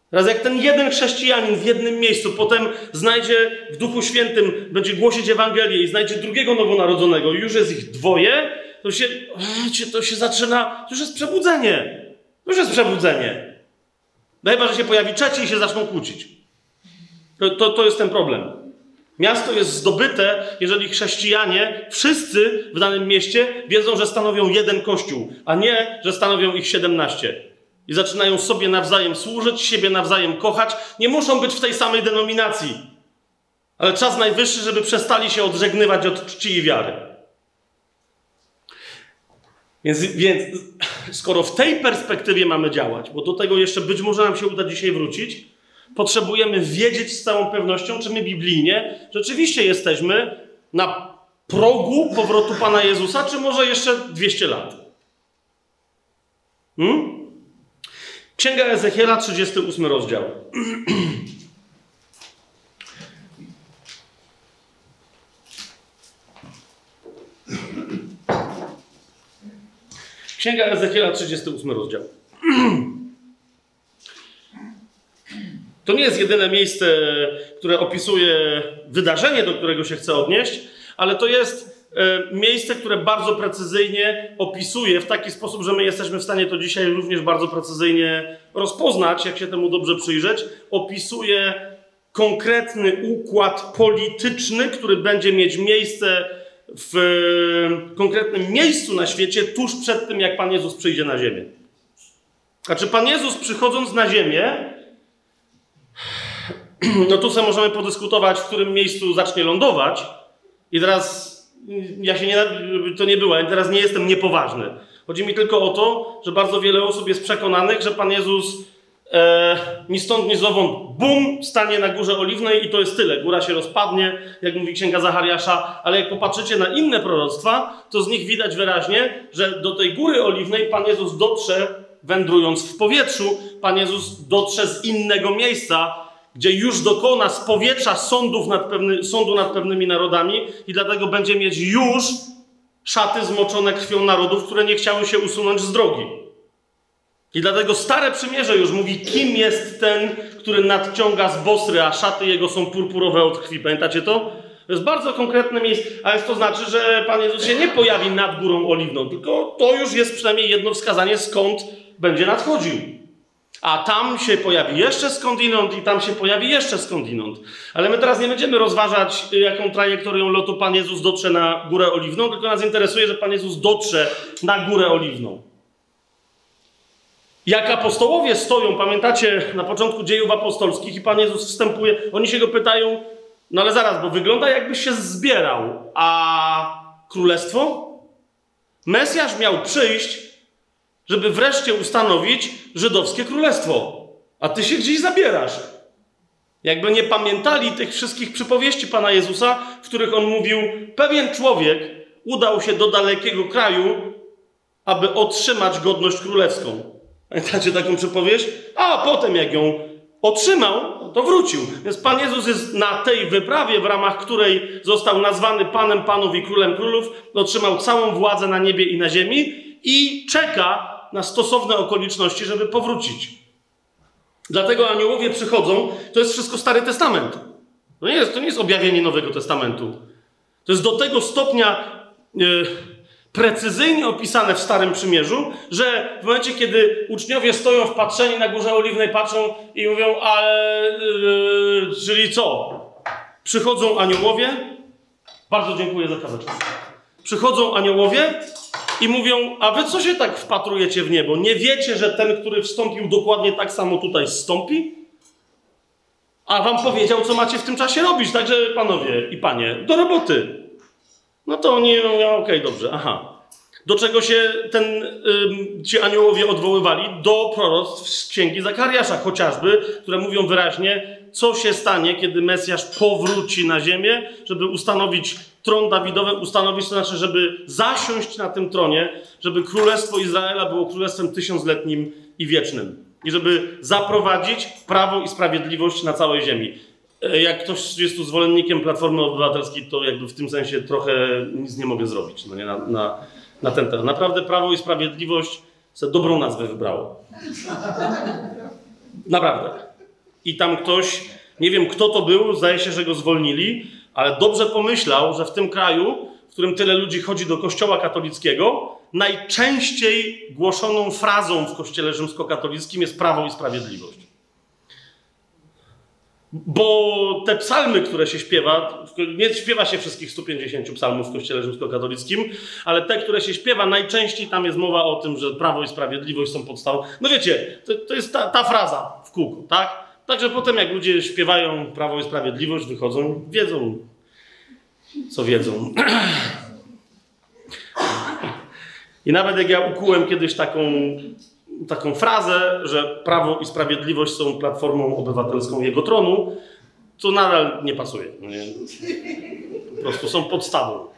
Speaker 1: Teraz jak ten jeden chrześcijanin w jednym miejscu potem znajdzie w Duchu Świętym, będzie głosić Ewangelię i znajdzie drugiego nowonarodzonego i już jest ich dwoje, to się, to się zaczyna, to już jest przebudzenie. To już jest przebudzenie. No chyba, że się pojawi trzeci i się zaczną kłócić. To, to, to jest ten problem. Miasto jest zdobyte, jeżeli chrześcijanie, wszyscy w danym mieście wiedzą, że stanowią jeden kościół, a nie, że stanowią ich siedemnaście. I zaczynają sobie nawzajem służyć, siebie nawzajem kochać. Nie muszą być w tej samej denominacji. Ale czas najwyższy, żeby przestali się odżegnywać od czci i wiary. Więc, więc skoro w tej perspektywie mamy działać, bo do tego jeszcze być może nam się uda dzisiaj wrócić, potrzebujemy wiedzieć z całą pewnością, czy my biblijnie rzeczywiście jesteśmy na progu powrotu Pana Jezusa, czy może jeszcze dwieście lat. Hmm? Księga Ezechiela, trzydziesty ósmy rozdział. Księga Ezechiela, trzydziesty ósmy rozdział. To nie jest jedyne miejsce, które opisuje wydarzenie, do którego się chcę odnieść, ale to jest e, miejsce, które bardzo precyzyjnie opisuje w taki sposób, że my jesteśmy w stanie to dzisiaj również bardzo precyzyjnie rozpoznać, jak się temu dobrze przyjrzeć. Opisuje konkretny układ polityczny, który będzie mieć miejsce w e, konkretnym miejscu na świecie tuż przed tym, jak Pan Jezus przyjdzie na ziemię. Znaczy, Pan Jezus przychodząc na ziemię, no tu sobie możemy podyskutować, w którym miejscu zacznie lądować. I teraz ja się nie, to nie było, ja teraz nie jestem niepoważny. Chodzi mi tylko o to, że bardzo wiele osób jest przekonanych, że Pan Jezus e, ni stąd, ni zowąd, bum, stanie na Górze Oliwnej i to jest tyle. Góra się rozpadnie, jak mówi Księga Zachariasza, ale jak popatrzycie na inne proroctwa, to z nich widać wyraźnie, że do tej Góry Oliwnej Pan Jezus dotrze, wędrując w powietrzu, Pan Jezus dotrze z innego miejsca, gdzie już dokona z powietrza sądów nad pewny, sądu nad pewnymi narodami i dlatego będzie mieć już szaty zmoczone krwią narodów, które nie chciały się usunąć z drogi. I dlatego Stare Przymierze już mówi, kim jest ten, który nadciąga z Bosry, a szaty jego są purpurowe od krwi. Pamiętacie to? To jest bardzo konkretne miejsce, ale to znaczy, że Pan Jezus się nie pojawi nad Górą Oliwną, tylko to już jest przynajmniej jedno wskazanie, skąd będzie nadchodził. A tam się pojawi jeszcze skądinąd i tam się pojawi jeszcze skądinąd. Ale my teraz nie będziemy rozważać, jaką trajektorią lotu Pan Jezus dotrze na Górę Oliwną, tylko nas interesuje, że Pan Jezus dotrze na Górę Oliwną. Jak apostołowie stoją, pamiętacie, na początku dziejów apostolskich i Pan Jezus wstępuje, oni się go pytają, no ale zaraz, bo wygląda jakbyś się zbierał, a królestwo? Mesjasz miał przyjść, żeby wreszcie ustanowić żydowskie królestwo. A ty się gdzieś zabierasz. Jakby nie pamiętali tych wszystkich przypowieści Pana Jezusa, w których on mówił, pewien człowiek udał się do dalekiego kraju, aby otrzymać godność królewską. Pamiętacie taką przypowieść? A potem jak ją otrzymał, to wrócił. Więc Pan Jezus jest na tej wyprawie, w ramach której został nazwany Panem Panów i Królem Królów, otrzymał całą władzę na niebie i na ziemi i czeka na stosowne okoliczności, żeby powrócić. Dlatego aniołowie przychodzą, to jest wszystko Stary Testament. To nie jest, to nie jest objawienie Nowego Testamentu. To jest do tego stopnia yy, precyzyjnie opisane w Starym Przymierzu, że w momencie, kiedy uczniowie stoją wpatrzeni na Górze Oliwnej, patrzą i mówią, ale yy, czyli co? Przychodzą aniołowie, bardzo dziękuję za kaweczkę. Przychodzą aniołowie i mówią, a wy co się tak wpatrujecie w niebo? Nie wiecie, że ten, który wstąpił dokładnie tak samo tutaj zstąpi? A wam powiedział, co macie w tym czasie robić. Także panowie i panie, do roboty. No to oni mówią, okej, okay, dobrze, aha. Do czego się ten, ym, ci aniołowie odwoływali? Do proroctw z Księgi Zachariasza chociażby, które mówią wyraźnie, co się stanie, kiedy Mesjasz powróci na ziemię, żeby ustanowić tron Dawidowy, ustanowić, to znaczy, żeby zasiąść na tym tronie, żeby Królestwo Izraela było królestwem tysiącletnim i wiecznym. I żeby zaprowadzić prawo i sprawiedliwość na całej ziemi. Jak ktoś jest tu zwolennikiem Platformy Obywatelskiej, to jakby w tym sensie trochę nic nie mogę zrobić, no nie, na, na, na ten temat. Naprawdę Prawo i Sprawiedliwość sobie dobrą nazwę wybrało. Naprawdę. i tam ktoś, nie wiem kto to był, zdaje się, że go zwolnili, ale dobrze pomyślał, że w tym kraju, w którym tyle ludzi chodzi do kościoła katolickiego, najczęściej głoszoną frazą w kościele rzymskokatolickim jest prawo i sprawiedliwość. Bo te psalmy, które się śpiewa, nie śpiewa się wszystkich stu pięćdziesięciu psalmów w kościele rzymskokatolickim, ale te, które się śpiewa, najczęściej tam jest mowa o tym, że prawo i sprawiedliwość są podstawą. No wiecie, to, to jest ta, ta fraza w kółku, tak? Także potem jak ludzie śpiewają prawo i sprawiedliwość, wychodzą, wiedzą, co wiedzą. I nawet jak ja ukułem kiedyś taką, taką frazę, że prawo i sprawiedliwość są platformą obywatelską jego tronu, to nadal nie pasuje. Nie? Po prostu są podstawą.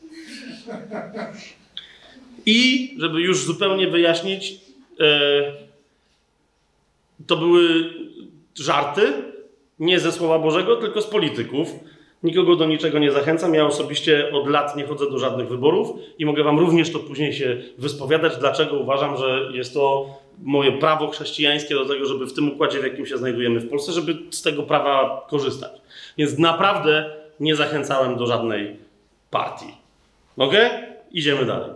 Speaker 1: I, żeby już zupełnie wyjaśnić, e, to były żarty, nie ze Słowa Bożego, tylko z polityków. Nikogo do niczego nie zachęcam. Ja osobiście od lat nie chodzę do żadnych wyborów i mogę wam również to później się wyspowiadać, dlaczego uważam, że jest to moje prawo chrześcijańskie do tego, żeby w tym układzie, w jakim się znajdujemy w Polsce, żeby z tego prawa korzystać. Więc naprawdę nie zachęcałem do żadnej partii. Okej? Idziemy dalej.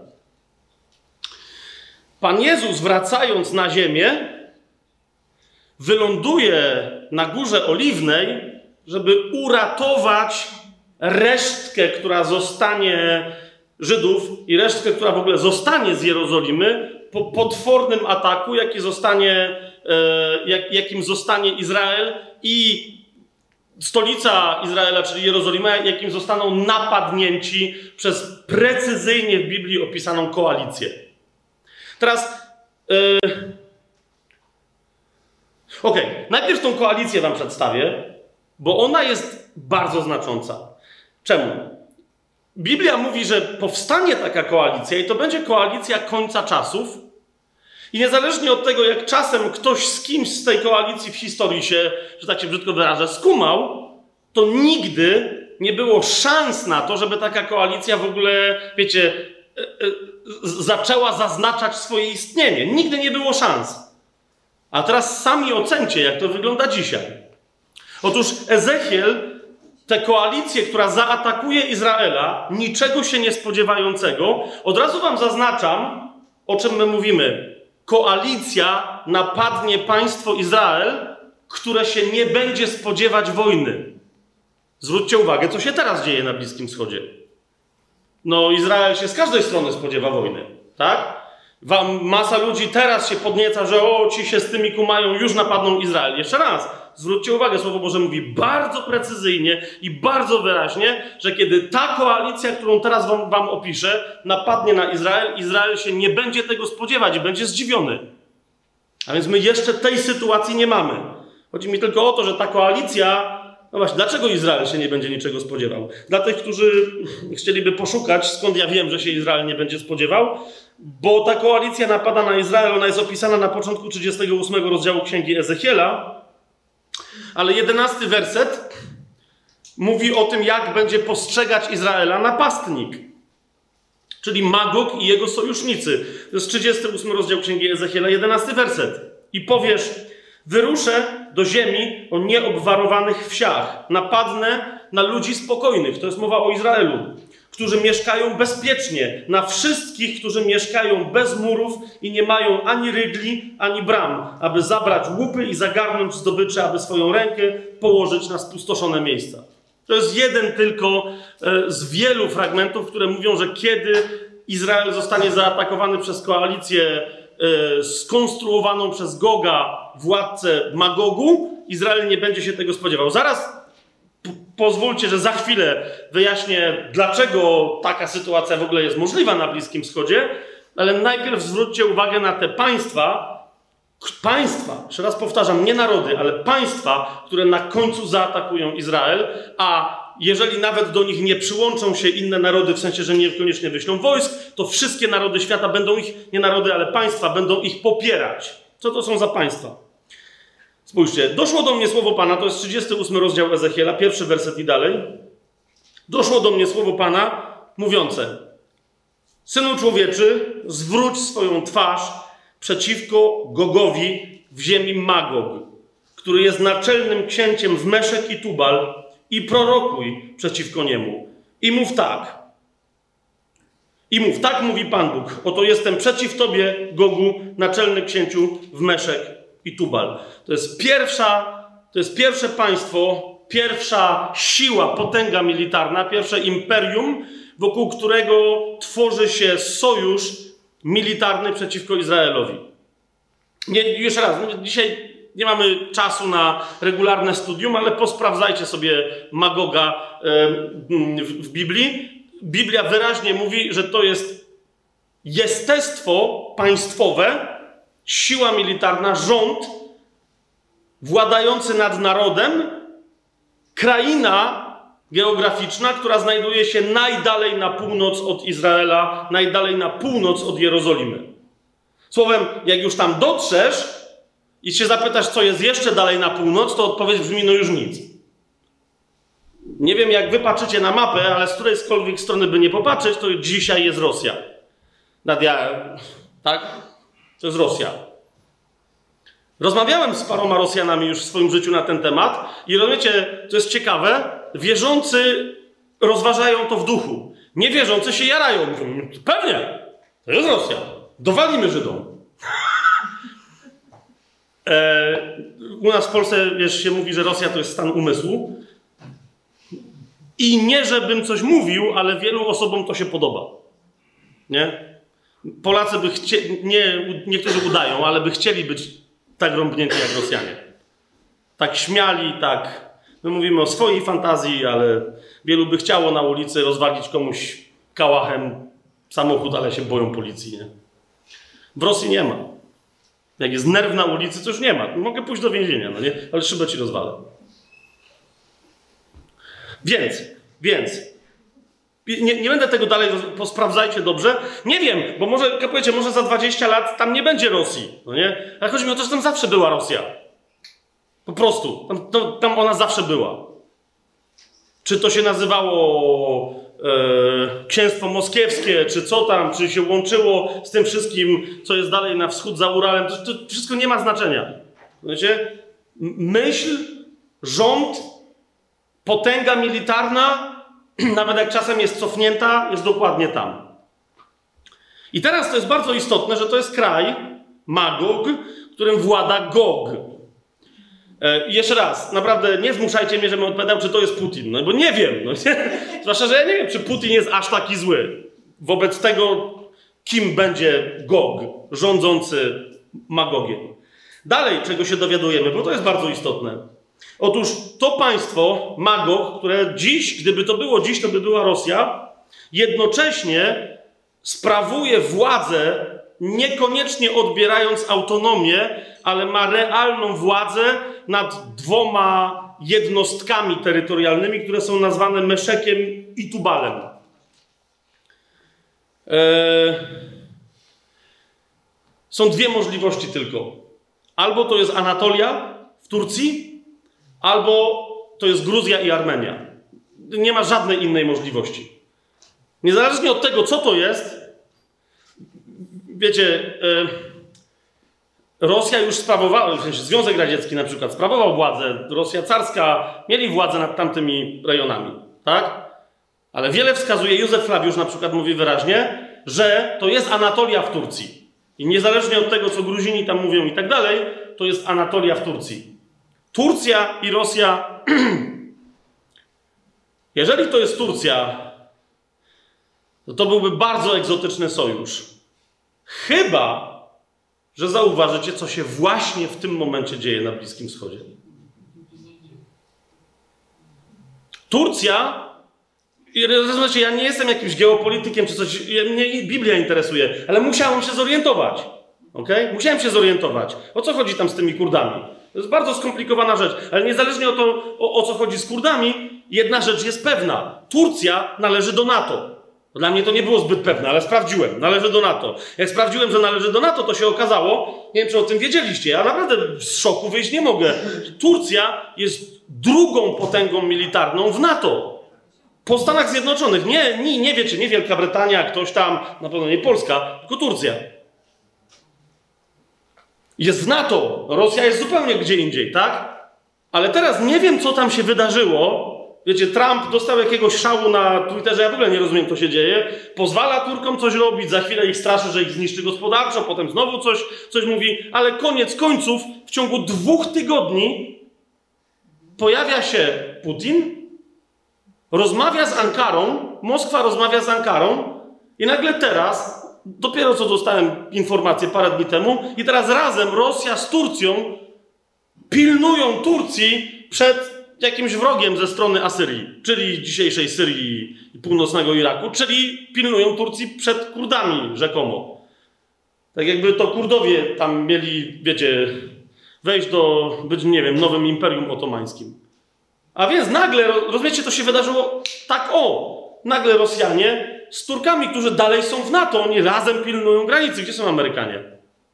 Speaker 1: Pan Jezus, wracając na ziemię, wyląduje na Górze Oliwnej, żeby uratować resztkę, która zostanie Żydów i resztkę, która w ogóle zostanie z Jerozolimy po potwornym ataku, jaki zostanie, e, jak, jakim zostanie Izrael i stolica Izraela, czyli Jerozolima, jakim zostaną napadnięci przez precyzyjnie w Biblii opisaną koalicję. Teraz e, okej, okay. Najpierw tą koalicję wam przedstawię, bo ona jest bardzo znacząca. Czemu? Biblia mówi, że powstanie taka koalicja i to będzie koalicja końca czasów i niezależnie od tego, jak czasem ktoś z kimś z tej koalicji w historii się, że tak się brzydko wyrażę, skumał, to nigdy nie było szans na to, żeby taka koalicja w ogóle, wiecie, zaczęła zaznaczać swoje istnienie. Nigdy nie było szans. A teraz sami ocencie, jak to wygląda dzisiaj. Otóż Ezechiel, tę koalicję, która zaatakuje Izraela, niczego się nie spodziewającego, od razu wam zaznaczam, o czym my mówimy. Koalicja napadnie państwo Izrael, które się nie będzie spodziewać wojny. Zwróćcie uwagę, co się teraz dzieje na Bliskim Wschodzie. No, Izrael się z każdej strony spodziewa wojny, tak? Wam masa ludzi teraz się podnieca, że o, ci się z tymi kumają, już napadną Izrael. Jeszcze raz, zwróćcie uwagę, Słowo Boże mówi bardzo precyzyjnie i bardzo wyraźnie, że kiedy ta koalicja, którą teraz wam, wam opiszę, napadnie na Izrael, Izrael się nie będzie tego spodziewać i będzie zdziwiony. A więc my jeszcze tej sytuacji nie mamy. Chodzi mi tylko o to, że ta koalicja... No właśnie, dlaczego Izrael się nie będzie niczego spodziewał? Dla tych, którzy chcieliby poszukać, skąd ja wiem, że się Izrael nie będzie spodziewał, bo ta koalicja napada na Izrael, ona jest opisana na początku trzydziestego ósmego rozdziału Księgi Ezechiela, ale jedenasty werset mówi o tym, jak będzie postrzegać Izraela napastnik, czyli Magog i jego sojusznicy. To jest trzydziesty ósmy rozdział Księgi Ezechiela, jedenasty werset. I powiesz: wyruszę do ziemi o nieobwarowanych wsiach. Napadnę na ludzi spokojnych. To jest mowa o Izraelu. Którzy mieszkają bezpiecznie. Na wszystkich, którzy mieszkają bez murów i nie mają ani rygli, ani bram. Aby zabrać łupy i zagarnąć zdobycze, aby swoją rękę położyć na spustoszone miejsca. To jest jeden tylko z wielu fragmentów, które mówią, że kiedy Izrael zostanie zaatakowany przez koalicję skonstruowaną przez Goga, władcę Magogu, Izrael nie będzie się tego spodziewał. Zaraz p- pozwólcie, że za chwilę wyjaśnię, dlaczego taka sytuacja w ogóle jest możliwa na Bliskim Wschodzie, ale najpierw zwróćcie uwagę na te państwa, państwa, jeszcze raz powtarzam, nie narody, ale państwa, które na końcu zaatakują Izrael, a jeżeli nawet do nich nie przyłączą się inne narody, w sensie, że niekoniecznie wyślą wojsk, to wszystkie narody świata będą ich, nie narody, ale państwa, będą ich popierać. Co to są za państwa? Spójrzcie, doszło do mnie słowo Pana, to jest trzydziesty ósmy rozdział Ezechiela, pierwszy werset i dalej. Doszło do mnie słowo Pana mówiące: Synu człowieczy, zwróć swoją twarz przeciwko Gogowi w ziemi Magog, który jest naczelnym księciem w Meszek i Tubal, i prorokuj przeciwko niemu. I mów tak. I mów, tak mówi Pan Bóg. Oto jestem przeciw tobie, Gogu, naczelny księciu w Meszek i Tubal. To jest pierwsza, to jest pierwsze państwo, pierwsza siła, potęga militarna, pierwsze imperium, wokół którego tworzy się sojusz militarny przeciwko Izraelowi. Nie, jeszcze raz, dzisiaj nie mamy czasu na regularne studium, ale posprawdzajcie sobie Magoga w Biblii. Biblia wyraźnie mówi, że to jest jestestwo państwowe, siła militarna, rząd władający nad narodem, kraina geograficzna, która znajduje się najdalej na północ od Izraela, najdalej na północ od Jerozolimy. Słowem, jak już tam dotrzesz i się zapytasz, co jest jeszcze dalej na północ, to odpowiedź brzmi, no już nic. Nie wiem, jak wy patrzycie na mapę, ale z którejkolwiek strony by nie popatrzeć, to dzisiaj jest Rosja. Nadia, tak? To jest Rosja. Rozmawiałem z paroma Rosjanami już w swoim życiu na ten temat i rozumiecie, to jest ciekawe, wierzący rozważają to w duchu. Niewierzący się jarają. Mówią, pewnie, to jest Rosja. Dowalimy Żydom. e, u nas w Polsce, wiesz, się mówi, że Rosja to jest stan umysłu. I nie, żebym coś mówił, ale wielu osobom to się podoba. Nie? Polacy by chcieli, nie, niektórzy udają, ale by chcieli być tak rąbnięci jak Rosjanie. Tak śmiali, tak. My mówimy o swojej fantazji, ale wielu by chciało na ulicy rozwalić komuś kałachem samochód, ale się boją policji, nie? W Rosji nie ma. Jak jest nerw na ulicy, to już nie ma. Mogę pójść do więzienia, no nie? Ale szybę ci rozwalę. Więc, więc, nie, nie będę tego dalej, posprawdzajcie dobrze. Nie wiem, bo może, jak powiecie, może za dwadzieścia lat tam nie będzie Rosji, no nie? Ale chodzi mi o to, że tam zawsze była Rosja. Po prostu. Tam, to, tam ona zawsze była. Czy to się nazywało e, Księstwo Moskiewskie, czy co tam, czy się łączyło z tym wszystkim, co jest dalej na wschód za Uralem, to, to wszystko nie ma znaczenia. Wiecie? Myśl, rząd, potęga militarna, nawet jak czasem jest cofnięta, jest dokładnie tam. I teraz to jest bardzo istotne, że to jest kraj, Magog, którym włada Gog. E, jeszcze raz, naprawdę nie zmuszajcie mnie, żebym odpowiadał, czy to jest Putin, no bo nie wiem. No, nie? Zwłaszcza, że ja nie wiem, czy Putin jest aż taki zły. Wobec tego, kim będzie Gog, rządzący Magogiem. Dalej, czego się dowiadujemy, bo to jest bardzo istotne. Otóż to państwo, Magog, które dziś, gdyby to było dziś, to by była Rosja, jednocześnie sprawuje władzę, niekoniecznie odbierając autonomię, ale ma realną władzę nad dwoma jednostkami terytorialnymi, które są nazwane Meszekiem i Tubalem. Eee... Są dwie możliwości tylko. Albo to jest Anatolia w Turcji, albo to jest Gruzja i Armenia. Nie ma żadnej innej możliwości. Niezależnie od tego, co to jest, wiecie, e, Rosja już sprawowała, w sensie Związek Radziecki na przykład sprawował władzę, Rosja carska mieli władzę nad tamtymi rejonami, tak? Ale wiele wskazuje, Józef Flawiusz na przykład mówi wyraźnie, że to jest Anatolia w Turcji. I niezależnie od tego, co Gruzini tam mówią i tak dalej, to jest Anatolia w Turcji. Turcja i Rosja, jeżeli to jest Turcja, to to byłby bardzo egzotyczny sojusz. Chyba, że zauważycie, co się właśnie w tym momencie dzieje na Bliskim Wschodzie. Turcja, i rozumiecie, ja nie jestem jakimś geopolitykiem czy coś, mnie Biblia interesuje, ale musiałem się zorientować. Okay? Musiałem się zorientować. O co chodzi tam z tymi Kurdami? To jest bardzo skomplikowana rzecz, ale niezależnie o to, o, o co chodzi z Kurdami, jedna rzecz jest pewna. Turcja należy do NATO. Dla mnie to nie było zbyt pewne, ale sprawdziłem. Należy do NATO. Jak sprawdziłem, że należy do NATO, to się okazało, nie wiem, czy o tym wiedzieliście, ja naprawdę z szoku wyjść nie mogę. Turcja jest drugą potęgą militarną w NATO. Po Stanach Zjednoczonych. Nie, nie, nie wiecie, nie Wielka Brytania, ktoś tam, na pewno nie Polska, tylko Turcja. Jest w NATO. Rosja jest zupełnie gdzie indziej, tak? Ale teraz nie wiem, co tam się wydarzyło. Wiecie, Trump dostał jakiegoś szału na Twitterze, ja w ogóle nie rozumiem, co się dzieje. Pozwala Turkom coś robić, za chwilę ich straszy, że ich zniszczy gospodarczo, potem znowu coś, coś mówi, ale koniec końców w ciągu dwóch tygodni pojawia się Putin, rozmawia z Ankarą, Moskwa rozmawia z Ankarą i nagle teraz, dopiero co dostałem informację parę dni temu, i teraz razem Rosja z Turcją pilnują Turcji przed jakimś wrogiem ze strony Asyrii, czyli dzisiejszej Syrii i północnego Iraku, czyli pilnują Turcji przed Kurdami rzekomo. Tak jakby to Kurdowie tam mieli, wiecie, wejść do, być, nie wiem, nowym imperium otomańskim. A więc nagle, rozumiecie, to się wydarzyło tak o, nagle Rosjanie z Turkami, którzy dalej są w NATO, oni razem pilnują granicy. Gdzie są Amerykanie?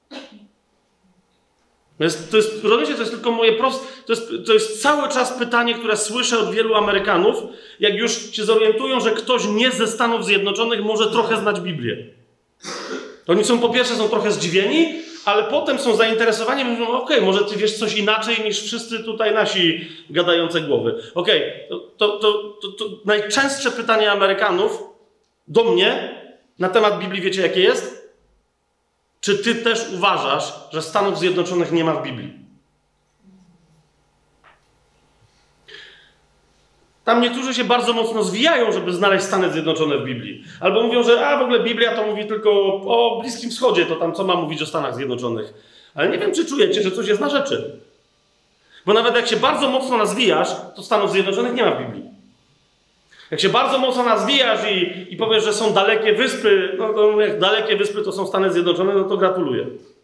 Speaker 1: To jest, to jest, rozumiecie, to jest tylko moje proste, to jest, to jest cały czas pytanie, które słyszę od wielu Amerykanów, jak już się zorientują, że ktoś nie ze Stanów Zjednoczonych może trochę znać Biblię. Oni są, po pierwsze, są trochę zdziwieni, ale potem są zainteresowani i mówią, okej, okay, może ty wiesz coś inaczej niż wszyscy tutaj nasi gadające głowy. Okej, okay, to, to, to, to, to najczęstsze pytanie Amerykanów do mnie na temat Biblii, wiecie jakie jest? Czy ty też uważasz, że Stanów Zjednoczonych nie ma w Biblii? Tam niektórzy się bardzo mocno zwijają, żeby znaleźć Stany Zjednoczone w Biblii. Albo mówią, że a w ogóle Biblia to mówi tylko o Bliskim Wschodzie, to tam co ma mówić o Stanach Zjednoczonych. Ale nie wiem, czy czujecie, że coś jest na rzeczy. Bo nawet jak się bardzo mocno nazwijasz, to Stanów Zjednoczonych nie ma w Biblii. Jak się bardzo mocno nazwijasz i, i powiesz, że są dalekie wyspy, no to jak dalekie wyspy to są Stany Zjednoczone, no to gratuluję.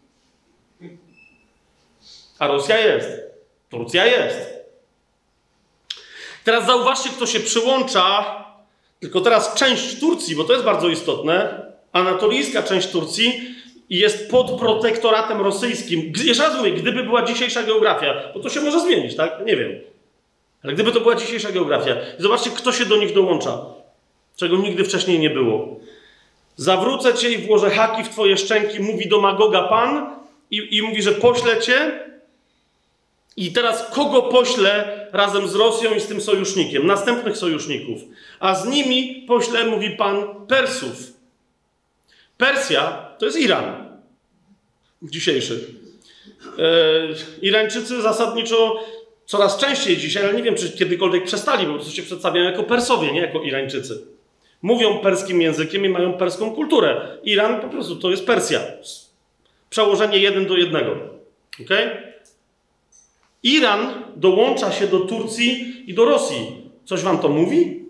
Speaker 1: A Rosja jest. Turcja jest. Teraz zauważcie, kto się przyłącza, tylko teraz część Turcji, bo to jest bardzo istotne, anatolijska część Turcji i jest pod protektoratem rosyjskim. Jeszcze raz mówię, gdyby była dzisiejsza geografia, bo to się może zmienić, tak? Nie wiem. Ale gdyby to była dzisiejsza geografia, zobaczcie, kto się do nich dołącza, czego nigdy wcześniej nie było. Zawrócę cię i włożę haki w twoje szczęki, mówi do Magoga Pan i, i mówi, że poślę cię. I teraz kogo poślę razem z Rosją i z tym sojusznikiem? Następnych sojuszników. A z nimi poślę, mówi Pan, Persów. Persja to jest Iran. Dzisiejszy. E, Irańczycy zasadniczo coraz częściej dzisiaj, ale nie wiem, czy kiedykolwiek przestali, bo po prostu się przedstawiają jako Persowie, nie jako Irańczycy. Mówią perskim językiem i mają perską kulturę. Iran po prostu to jest Persja. Przełożenie jeden do jednego. Okej? Okay? Iran dołącza się do Turcji i do Rosji. Coś wam to mówi?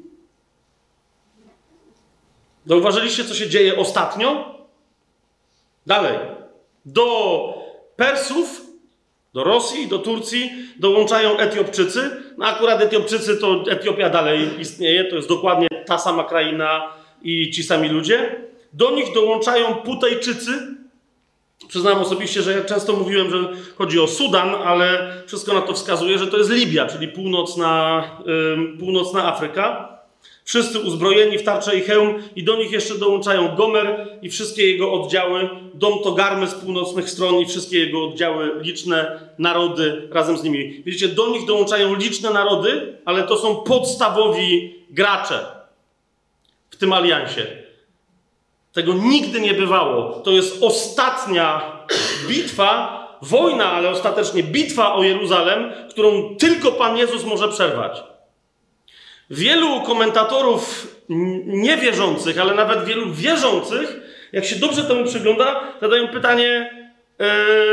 Speaker 1: Zauważyliście, co się dzieje ostatnio? Dalej. Do Persów, do Rosji, do Turcji dołączają Etiopczycy. No akurat Etiopczycy to Etiopia dalej istnieje. To jest dokładnie ta sama kraina i ci sami ludzie. Do nich dołączają Putejczycy. Przyznam osobiście, że ja często mówiłem, że chodzi o Sudan, ale wszystko na to wskazuje, że to jest Libia, czyli północna, yy, północna Afryka. Wszyscy uzbrojeni w tarczę i hełm i do nich jeszcze dołączają Gomer i wszystkie jego oddziały, dom Togarmy z północnych stron i wszystkie jego oddziały, liczne narody razem z nimi. Widzicie, do nich dołączają liczne narody, ale to są podstawowi gracze w tym aliansie. Tego nigdy nie bywało. To jest ostatnia bitwa, wojna, ale ostatecznie bitwa o Jeruzalem, którą tylko Pan Jezus może przerwać. Wielu komentatorów niewierzących, ale nawet wielu wierzących, jak się dobrze temu przygląda, zadają pytanie, yy,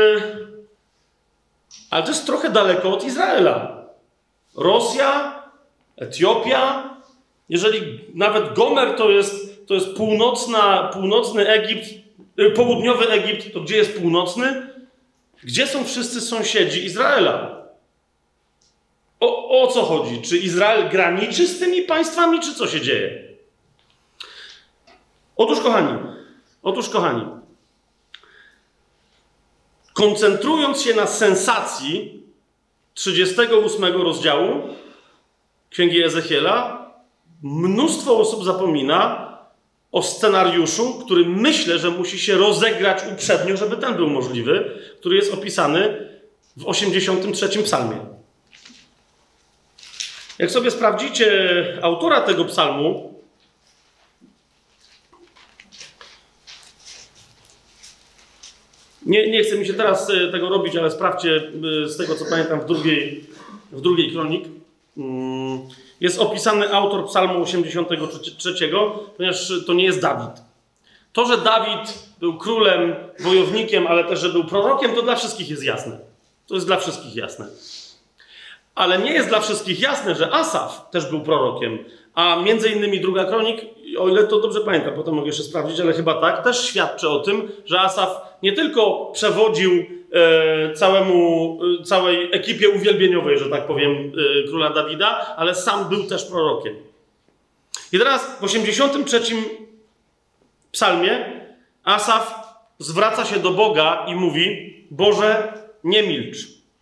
Speaker 1: ale to jest trochę daleko od Izraela. Rosja, Etiopia, jeżeli nawet Gomer to jest, to jest północna, północny Egipt, yy, południowy Egipt, to gdzie jest północny? Gdzie są wszyscy sąsiedzi Izraela? O, o co chodzi? Czy Izrael graniczy z tymi państwami, czy co się dzieje? Otóż, kochani, otóż, kochani, koncentrując się na sensacji trzydziestego ósmego rozdziału Księgi Ezechiela, mnóstwo osób zapomina, o scenariuszu, który myślę, że musi się rozegrać uprzednio, żeby ten był możliwy, który jest opisany w osiemdziesiątym trzecim psalmie. Jak sobie sprawdzicie autora tego psalmu, nie, nie chce mi się teraz tego robić, ale sprawdźcie z tego, co pamiętam, w drugiej, w drugiej kronik. Jest opisany autor psalmu osiemdziesiątego trzeciego, ponieważ to nie jest Dawid. To, że Dawid był królem, wojownikiem, ale też, że był prorokiem, to dla wszystkich jest jasne. To jest dla wszystkich jasne. Ale nie jest dla wszystkich jasne, że Asaf też był prorokiem, a między innymi druga kronik, o ile to dobrze pamiętam, potem mogę jeszcze sprawdzić, ale chyba tak, też świadczy o tym, że Asaf nie tylko przewodził e, całemu, e, całej ekipie uwielbieniowej, że tak powiem, e, króla Dawida, ale sam był też prorokiem. I teraz w osiemdziesiątym trzecim psalmie Asaf zwraca się do Boga i mówi: Boże, nie milcz.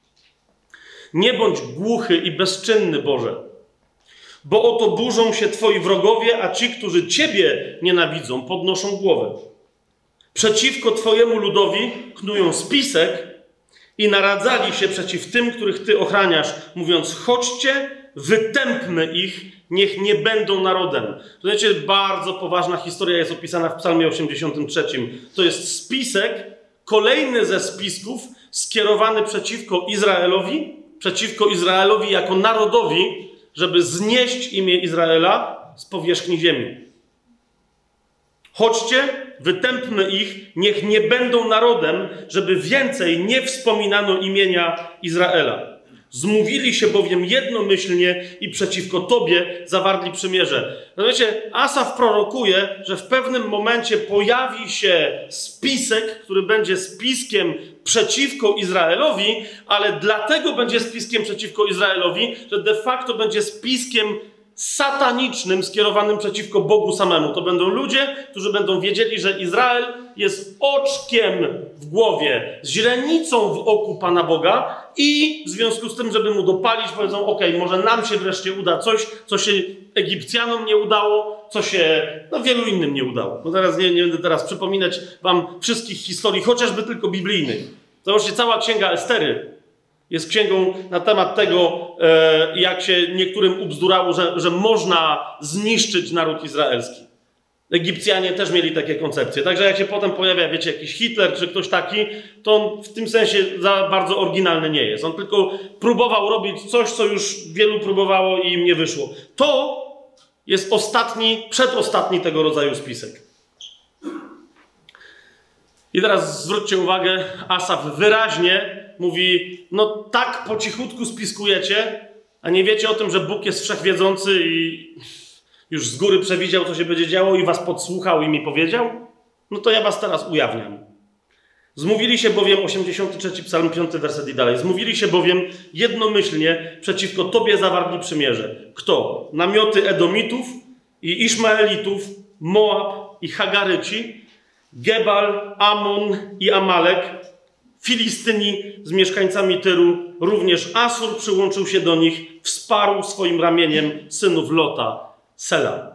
Speaker 1: Nie bądź głuchy i bezczynny, Boże, bo oto burzą się Twoi wrogowie, a ci, którzy Ciebie nienawidzą, podnoszą głowę. Przeciwko Twojemu ludowi knują spisek i naradzali się przeciw tym, których Ty ochraniasz, mówiąc: chodźcie, wytępmy ich, niech nie będą narodem. Słuchajcie, bardzo poważna historia jest opisana w psalmie osiemdziesiątym trzecim. To jest spisek, kolejny ze spisków skierowany przeciwko Izraelowi, przeciwko Izraelowi jako narodowi, żeby znieść imię Izraela z powierzchni ziemi. Chodźcie, wytępmy ich, niech nie będą narodem, żeby więcej nie wspominano imienia Izraela. Zmówili się bowiem jednomyślnie i przeciwko Tobie zawarli przymierze. No wiecie, Asaf prorokuje, że w pewnym momencie pojawi się spisek, który będzie spiskiem przeciwko Izraelowi, ale dlatego będzie spiskiem przeciwko Izraelowi, że de facto będzie spiskiem satanicznym skierowanym przeciwko Bogu samemu. To będą ludzie, którzy będą wiedzieli, że Izrael jest oczkiem w głowie, źrenicą w oku Pana Boga i w związku z tym, żeby mu dopalić, powiedzą: ok, może nam się wreszcie uda coś, co się Egipcjanom nie udało, co się no, wielu innym nie udało. No teraz nie, nie będę teraz przypominać wam wszystkich historii, chociażby tylko biblijnych. Zobaczcie, cała księga Estery jest księgą na temat tego, e, jak się niektórym ubzdurało, że, że można zniszczyć naród izraelski. Egipcjanie też mieli takie koncepcje. Także jak się potem pojawia, wiecie, jakiś Hitler czy ktoś taki, to on w tym sensie za bardzo oryginalny nie jest. On tylko próbował robić coś, co już wielu próbowało i im nie wyszło. To jest ostatni, przedostatni tego rodzaju spisek. I teraz zwróćcie uwagę, Asaf wyraźnie mówi: no tak po cichutku spiskujecie, a nie wiecie o tym, że Bóg jest wszechwiedzący i już z góry przewidział, co się będzie działo i was podsłuchał i mi powiedział? No to ja was teraz ujawniam. Zmówili się bowiem, osiemdziesiąty trzeci psalm, piąty werset i dalej. Zmówili się bowiem jednomyślnie przeciwko Tobie zawarli przymierze. Kto? Namioty Edomitów i Iszmaelitów, Moab i Hagaryci, Gebal, Amon i Amalek, Filistyni z mieszkańcami Tyru, również Asur przyłączył się do nich, wsparł swoim ramieniem synów Lota, Sela.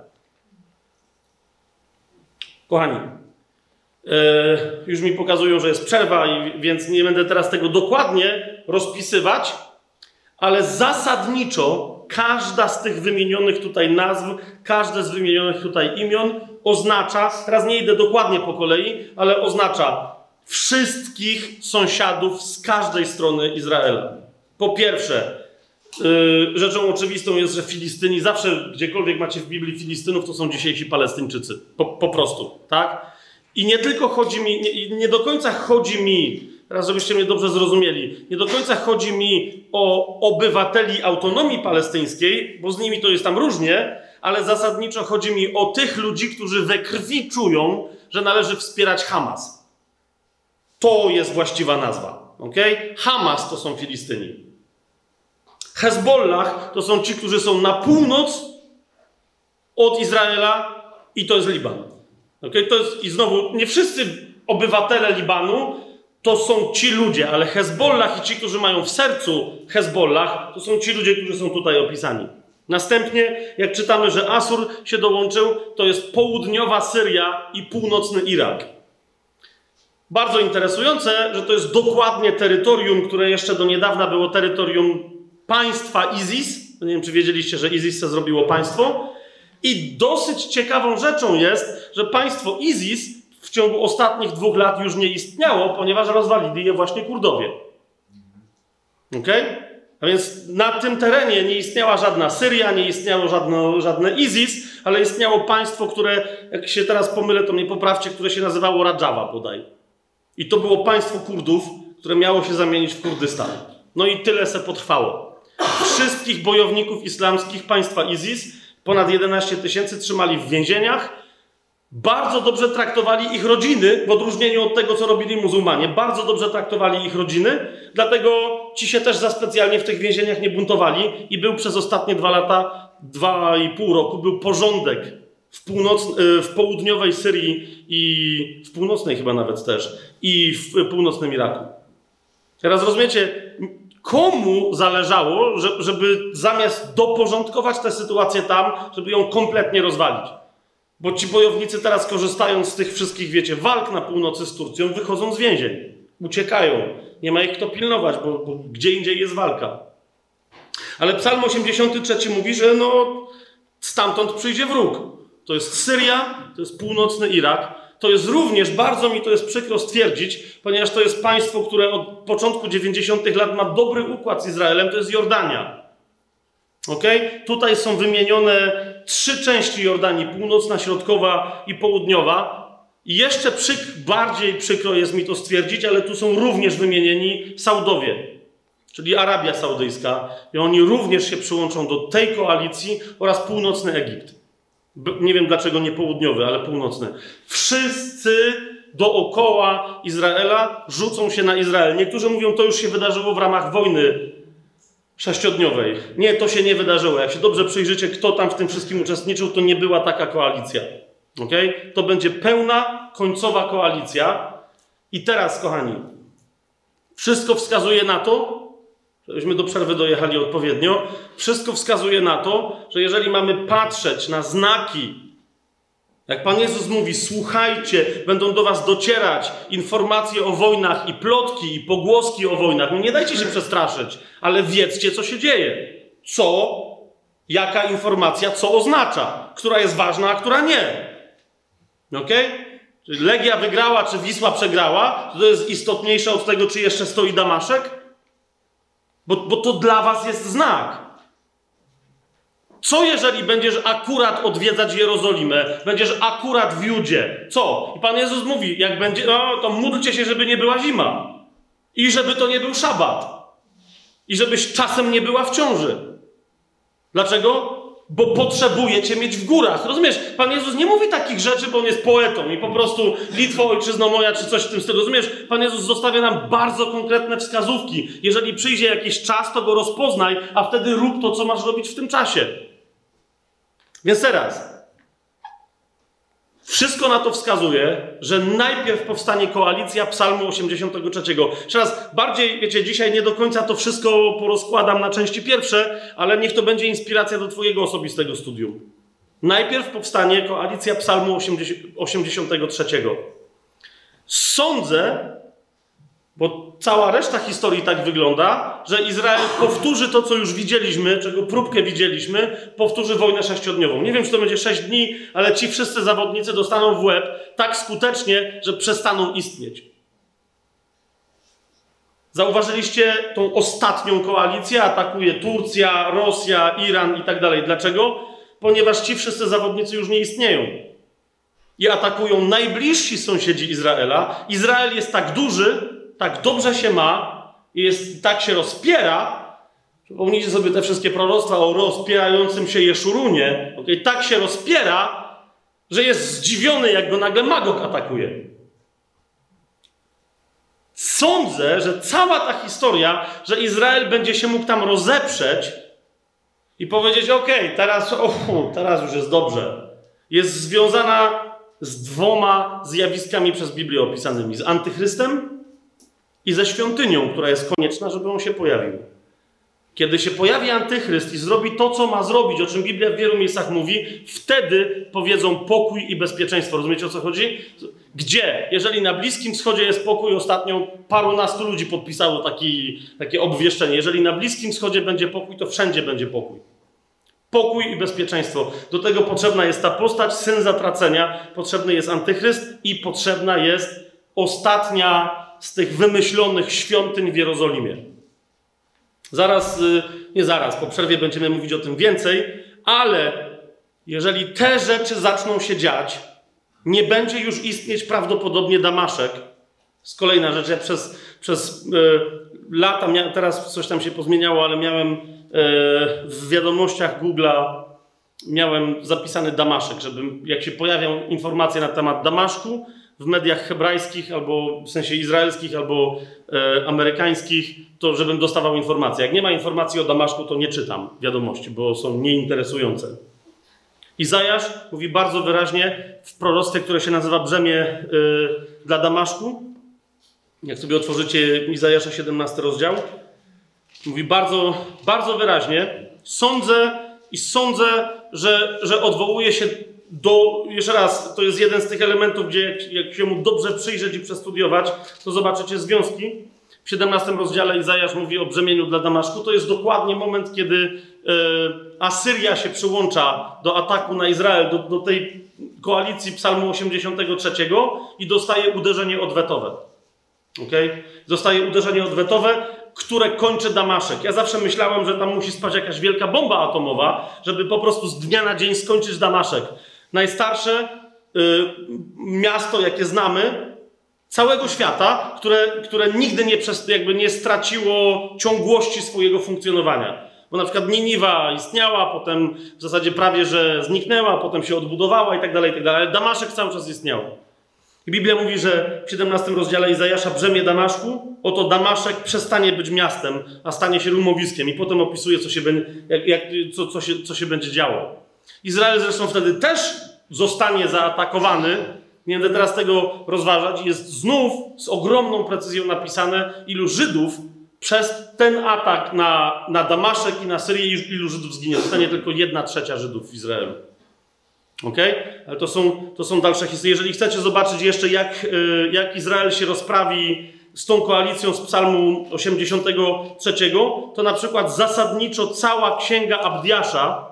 Speaker 1: Kochani, yy, już mi pokazują, że jest przerwa, i, więc nie będę teraz tego dokładnie rozpisywać, ale zasadniczo każda z tych wymienionych tutaj nazw, każde z wymienionych tutaj imion oznacza, teraz nie idę dokładnie po kolei, ale oznacza wszystkich sąsiadów z każdej strony Izraela. Po pierwsze, yy, rzeczą oczywistą jest, że Filistyni, zawsze gdziekolwiek macie w Biblii Filistynów, to są dzisiejsi Palestyńczycy. Po, po prostu, tak? I nie tylko chodzi mi, nie, nie do końca chodzi mi, teraz żebyście mnie dobrze zrozumieli, nie do końca chodzi mi o obywateli autonomii palestyńskiej, bo z nimi to jest tam różnie, ale zasadniczo chodzi mi o tych ludzi, którzy we krwi czują, że należy wspierać Hamas. To jest właściwa nazwa. Okay? Hamas to są Filistyni. Hezbollah to są ci, którzy są na północ od Izraela i to jest Liban. Okay? To jest, i znowu, nie wszyscy obywatele Libanu to są ci ludzie, ale Hezbollah i ci, którzy mają w sercu Hezbollah, to są ci ludzie, którzy są tutaj opisani. Następnie, jak czytamy, że Asur się dołączył, to jest południowa Syria i północny Irak. Bardzo interesujące, że to jest dokładnie terytorium, które jeszcze do niedawna było terytorium państwa ISIS. Nie wiem, czy wiedzieliście, że ISIS se zrobiło państwo. I dosyć ciekawą rzeczą jest, że państwo ISIS w ciągu ostatnich dwóch lat już nie istniało, ponieważ rozwalili je właśnie Kurdowie. Okej? Okay? A więc na tym terenie nie istniała żadna Syria, nie istniało żadne, żadne ISIS, ale istniało państwo, które, jak się teraz pomylę, to mnie poprawcie, które się nazywało Radżawa bodaj. I to było państwo Kurdów, które miało się zamienić w Kurdystan. No i tyle se potrwało. Wszystkich bojowników islamskich państwa ISIS, ponad jedenaście tysięcy, trzymali w więzieniach. Bardzo dobrze traktowali ich rodziny, w odróżnieniu od tego, co robili muzułmanie. Bardzo dobrze traktowali ich rodziny, dlatego ci się też za specjalnie w tych więzieniach nie buntowali i był przez ostatnie dwa lata, dwa i pół roku, był porządek w, północ, w południowej Syrii i w północnej chyba nawet też i w północnym Iraku. Teraz rozumiecie, komu zależało, żeby zamiast doporządkować tę sytuację tam, żeby ją kompletnie rozwalić? Bo ci bojownicy teraz, korzystając z tych wszystkich, wiecie, walk na północy z Turcją, wychodzą z więzień. Uciekają. Nie ma ich kto pilnować, bo, bo gdzie indziej jest walka. Ale Psalm osiemdziesiąty trzeci mówi, że no stamtąd przyjdzie wróg. To jest Syria, to jest północny Irak. To jest również, bardzo mi to jest przykro stwierdzić, ponieważ to jest państwo, które od początku dziewięćdziesiątych lat ma dobry układ z Izraelem, to jest Jordania. Okay? Tutaj są wymienione trzy części Jordanii, północna, środkowa i południowa. I jeszcze przyk, bardziej przykro jest mi to stwierdzić, ale tu są również wymienieni Saudowie, czyli Arabia Saudyjska. I oni również się przyłączą do tej koalicji oraz północny Egipt. Nie wiem dlaczego nie południowy, ale północny. Wszyscy dookoła Izraela rzucą się na Izrael. Niektórzy mówią, to już się wydarzyło w ramach wojny sześciodniowej. Nie, to się nie wydarzyło. Jak się dobrze przyjrzycie, kto tam w tym wszystkim uczestniczył, to nie była taka koalicja. Okay? To będzie pełna, końcowa koalicja. I teraz, kochani, wszystko wskazuje na to, żebyśmy do przerwy dojechali odpowiednio, wszystko wskazuje na to, że jeżeli mamy patrzeć na znaki, jak Pan Jezus mówi, słuchajcie, będą do was docierać informacje o wojnach i plotki, i pogłoski o wojnach. No nie dajcie się przestraszyć, ale wiedzcie, co się dzieje. Co, jaka informacja, co oznacza. Która jest ważna, a która nie. Okej? Okay? Czyli Legia wygrała, czy Wisła przegrała, to jest istotniejsze od tego, czy jeszcze stoi Damaszek? Bo, bo to dla was jest znak. Co jeżeli będziesz akurat odwiedzać Jerozolimę, będziesz akurat w Judzie? Co? I Pan Jezus mówi, jak będzie, no to módlcie się, żeby nie była zima. I żeby to nie był szabat. I żebyś czasem nie była w ciąży. Dlaczego? Bo potrzebujecie mieć w górach. Rozumiesz? Pan Jezus nie mówi takich rzeczy, bo on jest poetą i po prostu Litwo, ojczyzno moja, czy coś w tym stylu. Rozumiesz? Pan Jezus zostawia nam bardzo konkretne wskazówki. Jeżeli przyjdzie jakiś czas, to go rozpoznaj, a wtedy rób to, co masz robić w tym czasie. Więc teraz, wszystko na to wskazuje, że najpierw powstanie koalicja Psalmu osiemdziesiątego trzeciego. Jeszcze raz, bardziej, wiecie, dzisiaj nie do końca to wszystko porozkładam na części pierwsze, ale niech to będzie inspiracja do twojego osobistego studium. Najpierw powstanie koalicja Psalmu osiemdziesiątego trzeciego. Sądzę, bo cała reszta historii tak wygląda, że Izrael powtórzy to, co już widzieliśmy, czego próbkę widzieliśmy, powtórzy wojnę sześciodniową. Nie wiem, czy to będzie sześć dni, ale ci wszyscy zawodnicy dostaną w łeb tak skutecznie, że przestaną istnieć. Zauważyliście tą ostatnią koalicję? Atakuje Turcja, Rosja, Iran i tak dalej. Dlaczego? Ponieważ ci wszyscy zawodnicy już nie istnieją. I atakują najbliżsi sąsiedzi Izraela. Izrael jest tak duży, tak dobrze się ma i jest, tak się rozpiera. Przypomnijcie sobie te wszystkie proroctwa o rozpierającym się Jeszurunie. Okay? Tak się rozpiera, że jest zdziwiony, jak go nagle Magog atakuje. Sądzę, że cała ta historia, że Izrael będzie się mógł tam rozeprzeć i powiedzieć, okej, okay, teraz, oh, teraz już jest dobrze, jest związana z dwoma zjawiskami przez Biblię opisanymi. Z Antychrystem i ze świątynią, która jest konieczna, żeby on się pojawił. Kiedy się pojawi antychryst i zrobi to, co ma zrobić, o czym Biblia w wielu miejscach mówi, wtedy powiedzą pokój i bezpieczeństwo. Rozumiecie, o co chodzi? Gdzie? Jeżeli na Bliskim Wschodzie jest pokój, ostatnio parunastu ludzi podpisało taki, takie obwieszczenie. Jeżeli na Bliskim Wschodzie będzie pokój, to wszędzie będzie pokój. Pokój i bezpieczeństwo. Do tego potrzebna jest ta postać, syn zatracenia, potrzebny jest antychryst i potrzebna jest ostatnia z tych wymyślonych świątyń w Jerozolimie. Zaraz, nie zaraz, po przerwie będziemy mówić o tym więcej, ale jeżeli te rzeczy zaczną się dziać, nie będzie już istnieć prawdopodobnie Damaszek. Z kolejna rzecz, ja przez, przez e, lata, mia, teraz coś tam się pozmieniało, ale miałem e, w wiadomościach Google'a miałem zapisany Damaszek, żeby jak się pojawią informacje na temat Damaszku w mediach hebrajskich, albo w sensie izraelskich, albo e, amerykańskich, to żebym dostawał informacje. Jak nie ma informacji o Damaszku, to nie czytam wiadomości, bo są nieinteresujące. Izajasz mówi bardzo wyraźnie w proroctwie, które się nazywa Brzemię y, dla Damaszku. Jak sobie otworzycie Izajasza siedemnasty rozdział, mówi bardzo, bardzo wyraźnie: sądzę i sądzę, że, że odwołuje się do... Jeszcze raz, to jest jeden z tych elementów, gdzie jak, jak się mu dobrze przyjrzeć i przestudiować, to zobaczycie związki. W siedemnastym rozdziale Izajasz mówi o brzemieniu dla Damaszku. To jest dokładnie moment, kiedy y, Asyria się przyłącza do ataku na Izrael, do, do tej koalicji Psalmu osiemdziesiątego trzeciego i dostaje uderzenie odwetowe. Okay? Dostaje uderzenie odwetowe, które kończy Damaszek. Ja zawsze myślałem, że tam musi spaść jakaś wielka bomba atomowa, żeby po prostu z dnia na dzień skończyć Damaszek. Najstarsze y, miasto, jakie znamy, całego świata, które, które nigdy nie, jakby nie straciło ciągłości swojego funkcjonowania. Bo na przykład Niniwa istniała, potem w zasadzie prawie że zniknęła, potem się odbudowała i tak dalej, i tak dalej. Ale Damaszek cały czas istniał. I Biblia mówi, że w siedemnastym rozdziale Izajasza brzemię Damaszku, oto Damaszek przestanie być miastem, a stanie się rumowiskiem. I potem opisuje, co się, jak, jak, co, co, się, co się będzie działo. Izrael zresztą wtedy też zostanie zaatakowany. Nie będę teraz tego rozważać. Jest znów z ogromną precyzją napisane, ilu Żydów przez ten atak na, na Damaszek i na Syrię, ilu Żydów zginie. Zostanie tylko jedna trzecia Żydów w Izraelu. Okej? Okay? Ale to są, to są dalsze historie. Jeżeli chcecie zobaczyć jeszcze, jak, jak Izrael się rozprawi z tą koalicją z Psalmu osiemdziesiątego trzeciego, to na przykład zasadniczo cała księga Abdiasza,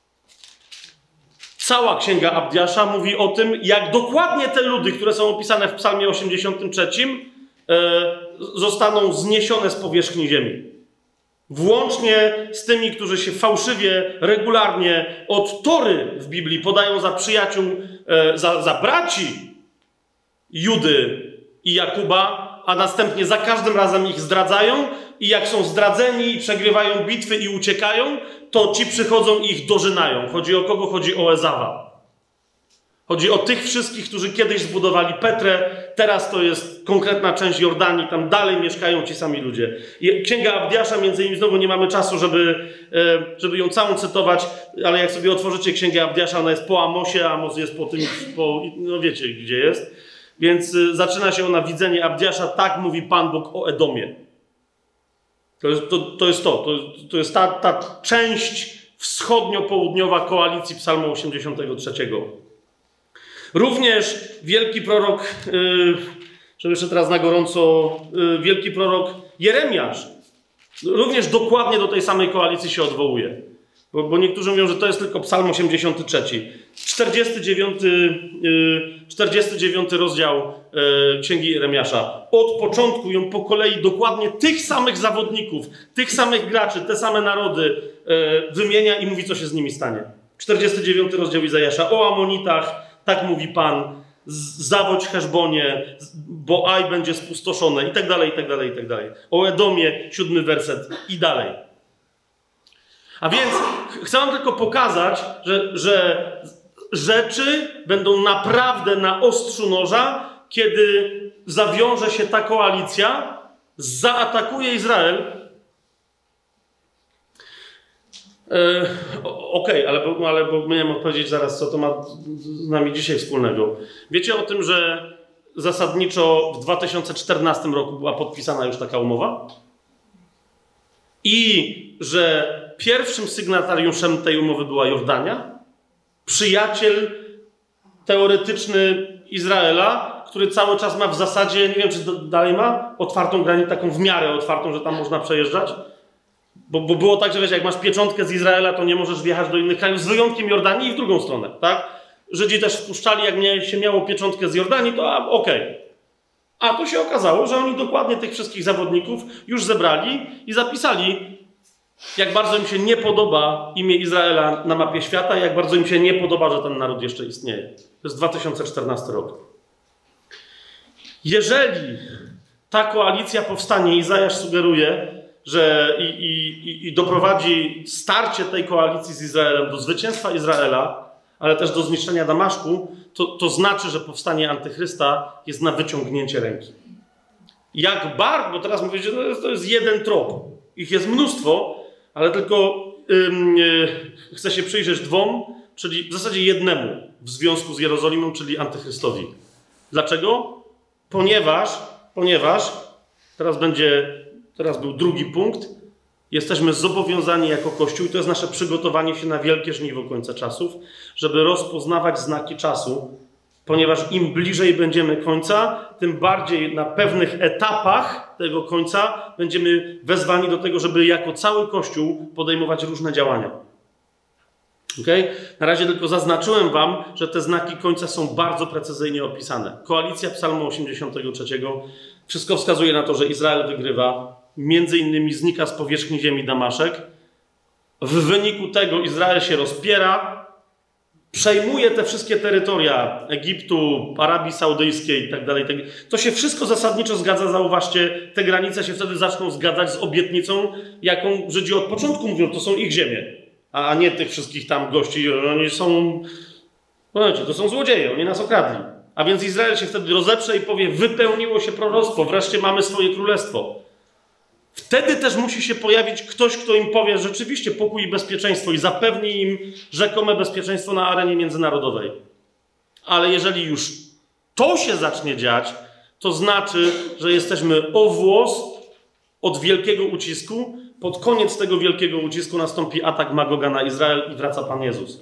Speaker 1: cała księga Abdiasza mówi o tym, jak dokładnie te ludy, które są opisane w Psalmie osiemdziesiątym trzecim, e, zostaną zniesione z powierzchni ziemi. Włącznie z tymi, którzy się fałszywie, regularnie od Tory w Biblii podają za przyjaciół, e, za, za braci Judy i Jakuba, a następnie za każdym razem ich zdradzają i jak są zdradzeni, przegrywają bitwy i uciekają, to ci przychodzą i ich dożynają. Chodzi o kogo? Chodzi o Ezawa. Chodzi o tych wszystkich, którzy kiedyś zbudowali Petrę, teraz to jest konkretna część Jordanii, tam dalej mieszkają ci sami ludzie. I księga Abdiasza, między innymi, znowu nie mamy czasu, żeby, żeby ją całą cytować, ale jak sobie otworzycie księgę Abdiasza, ona jest po Amosie, a Amos jest po tym, po, no wiecie gdzie jest. Więc zaczyna się ona widzenie Abdiasza, tak mówi Pan Bóg o Edomie. To jest to, to, jest to, to, to jest ta, ta część wschodnio-południowa koalicji Psalmu osiemdziesiątego trzeciego. Również wielki prorok, yy, żeby jeszcze teraz na gorąco, yy, wielki prorok Jeremiasz również dokładnie do tej samej koalicji się odwołuje. Bo, bo niektórzy mówią, że to jest tylko Psalm osiemdziesiąty trzeci. czterdziesty dziewiąty, yy, czterdziesty dziewiąty rozdział yy, Księgi Jeremiasza. Od początku ją po kolei dokładnie tych samych zawodników, tych samych graczy, te same narody yy, wymienia i mówi, co się z nimi stanie. czterdziesty dziewiąty rozdział Izajasza. O Amonitach, tak mówi Pan, zawodź Heszbonie, bo Aj będzie spustoszone i tak dalej, i tak dalej, i tak dalej. O Edomie, siódmy werset i dalej. A więc chcę wam tylko pokazać, że, że rzeczy będą naprawdę na ostrzu noża, kiedy zawiąże się ta koalicja, zaatakuje Izrael. E, Okej, okay, ale, bo, ale bo miałem odpowiedzieć zaraz, co to ma z nami dzisiaj wspólnego. Wiecie o tym, że zasadniczo w dwa tysiące czternastym roku była podpisana już taka umowa? i że pierwszym sygnatariuszem tej umowy była Jordania, przyjaciel teoretyczny Izraela, który cały czas ma w zasadzie, nie wiem czy dalej ma, otwartą granicę, taką w miarę otwartą, że tam można przejeżdżać. Bo, bo było tak, że wiesz, jak masz pieczątkę z Izraela, to nie możesz wjechać do innych krajów, z wyjątkiem Jordanii i w drugą stronę, tak? Żydzi też wpuszczali, jak nie, się miało pieczątkę z Jordanii, to okej. Okay. A tu się okazało, że oni dokładnie tych wszystkich zawodników już zebrali i zapisali, jak bardzo im się nie podoba imię Izraela na mapie świata, jak bardzo im się nie podoba, że ten naród jeszcze istnieje. To jest dwa tysiące czternasty rok. Jeżeli ta koalicja powstanie, Izajasz sugeruje, że i, i, i doprowadzi starcie tej koalicji z Izraelem do zwycięstwa Izraela, ale też do zniszczenia Damaszku, to, to znaczy, że powstanie Antychrysta jest na wyciągnięcie ręki. Jak bardzo, bo teraz mówię, że to jest, to jest jeden trop. Ich jest mnóstwo, ale tylko ym, yy, chcę się przyjrzeć dwom, czyli w zasadzie jednemu w związku z Jerozolimą, czyli Antychrystowi. Dlaczego? Ponieważ, ponieważ teraz będzie, teraz był drugi punkt, jesteśmy zobowiązani jako Kościół, i to jest nasze przygotowanie się na wielkie żniwo końca czasów, żeby rozpoznawać znaki czasu, ponieważ im bliżej będziemy końca, tym bardziej na pewnych etapach tego końca będziemy wezwani do tego, żeby jako cały Kościół podejmować różne działania. Okay? Na razie tylko zaznaczyłem wam, że te znaki końca są bardzo precyzyjnie opisane. Koalicja Psalmu osiemdziesiątego trzeciego. Wszystko wskazuje na to, że Izrael wygrywa. Między innymi znika z powierzchni ziemi Damaszek. W wyniku tego Izrael się rozpiera, przejmuje te wszystkie terytoria Egiptu, Arabii Saudyjskiej i tak dalej. To się wszystko zasadniczo zgadza, zauważcie, te granice się wtedy zaczną zgadzać z obietnicą, jaką Żydzi od początku mówią, to są ich ziemie, a nie tych wszystkich tam gości. Oni są, no wiecie, to są złodzieje, oni nas okradli. A więc Izrael się wtedy rozeprze i powie, wypełniło się proroctwo, wreszcie mamy swoje królestwo. Wtedy też musi się pojawić ktoś, kto im powie rzeczywiście pokój i bezpieczeństwo i zapewni im rzekome bezpieczeństwo na arenie międzynarodowej. Ale jeżeli już to się zacznie dziać, to znaczy, że jesteśmy o włos od wielkiego ucisku. Pod koniec tego wielkiego ucisku nastąpi atak Magoga na Izrael i wraca Pan Jezus.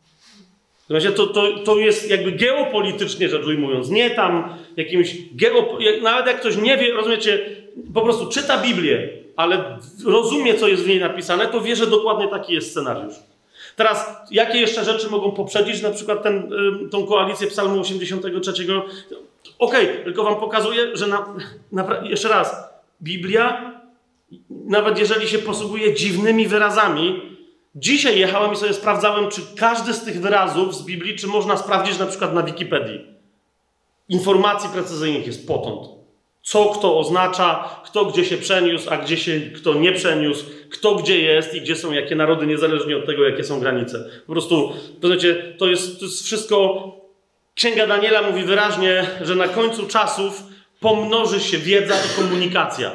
Speaker 1: To, to, to jest jakby geopolitycznie rzecz ujmując, nie tam jakimś geop... Nawet jak ktoś nie wie, rozumiecie, po prostu czyta Biblię, ale rozumie, co jest w niej napisane, to wie, że dokładnie taki jest scenariusz. Teraz, jakie jeszcze rzeczy mogą poprzedzić na przykład ten, tą koalicję Psalmu osiemdziesiątego trzeciego? Okej, okay, tylko wam pokazuję, że na, na, jeszcze raz, Biblia, nawet jeżeli się posługuje dziwnymi wyrazami, dzisiaj jechałem i sobie sprawdzałem, czy każdy z tych wyrazów z Biblii, czy można sprawdzić na przykład na Wikipedii. Informacji precyzyjnych jest potąd. Co kto oznacza, kto gdzie się przeniósł, a gdzie się kto nie przeniósł, kto gdzie jest i gdzie są jakie narody, niezależnie od tego, jakie są granice. Po prostu, to znaczy, to jest, to jest wszystko... Księga Daniela mówi wyraźnie, że na końcu czasów pomnoży się wiedza i komunikacja.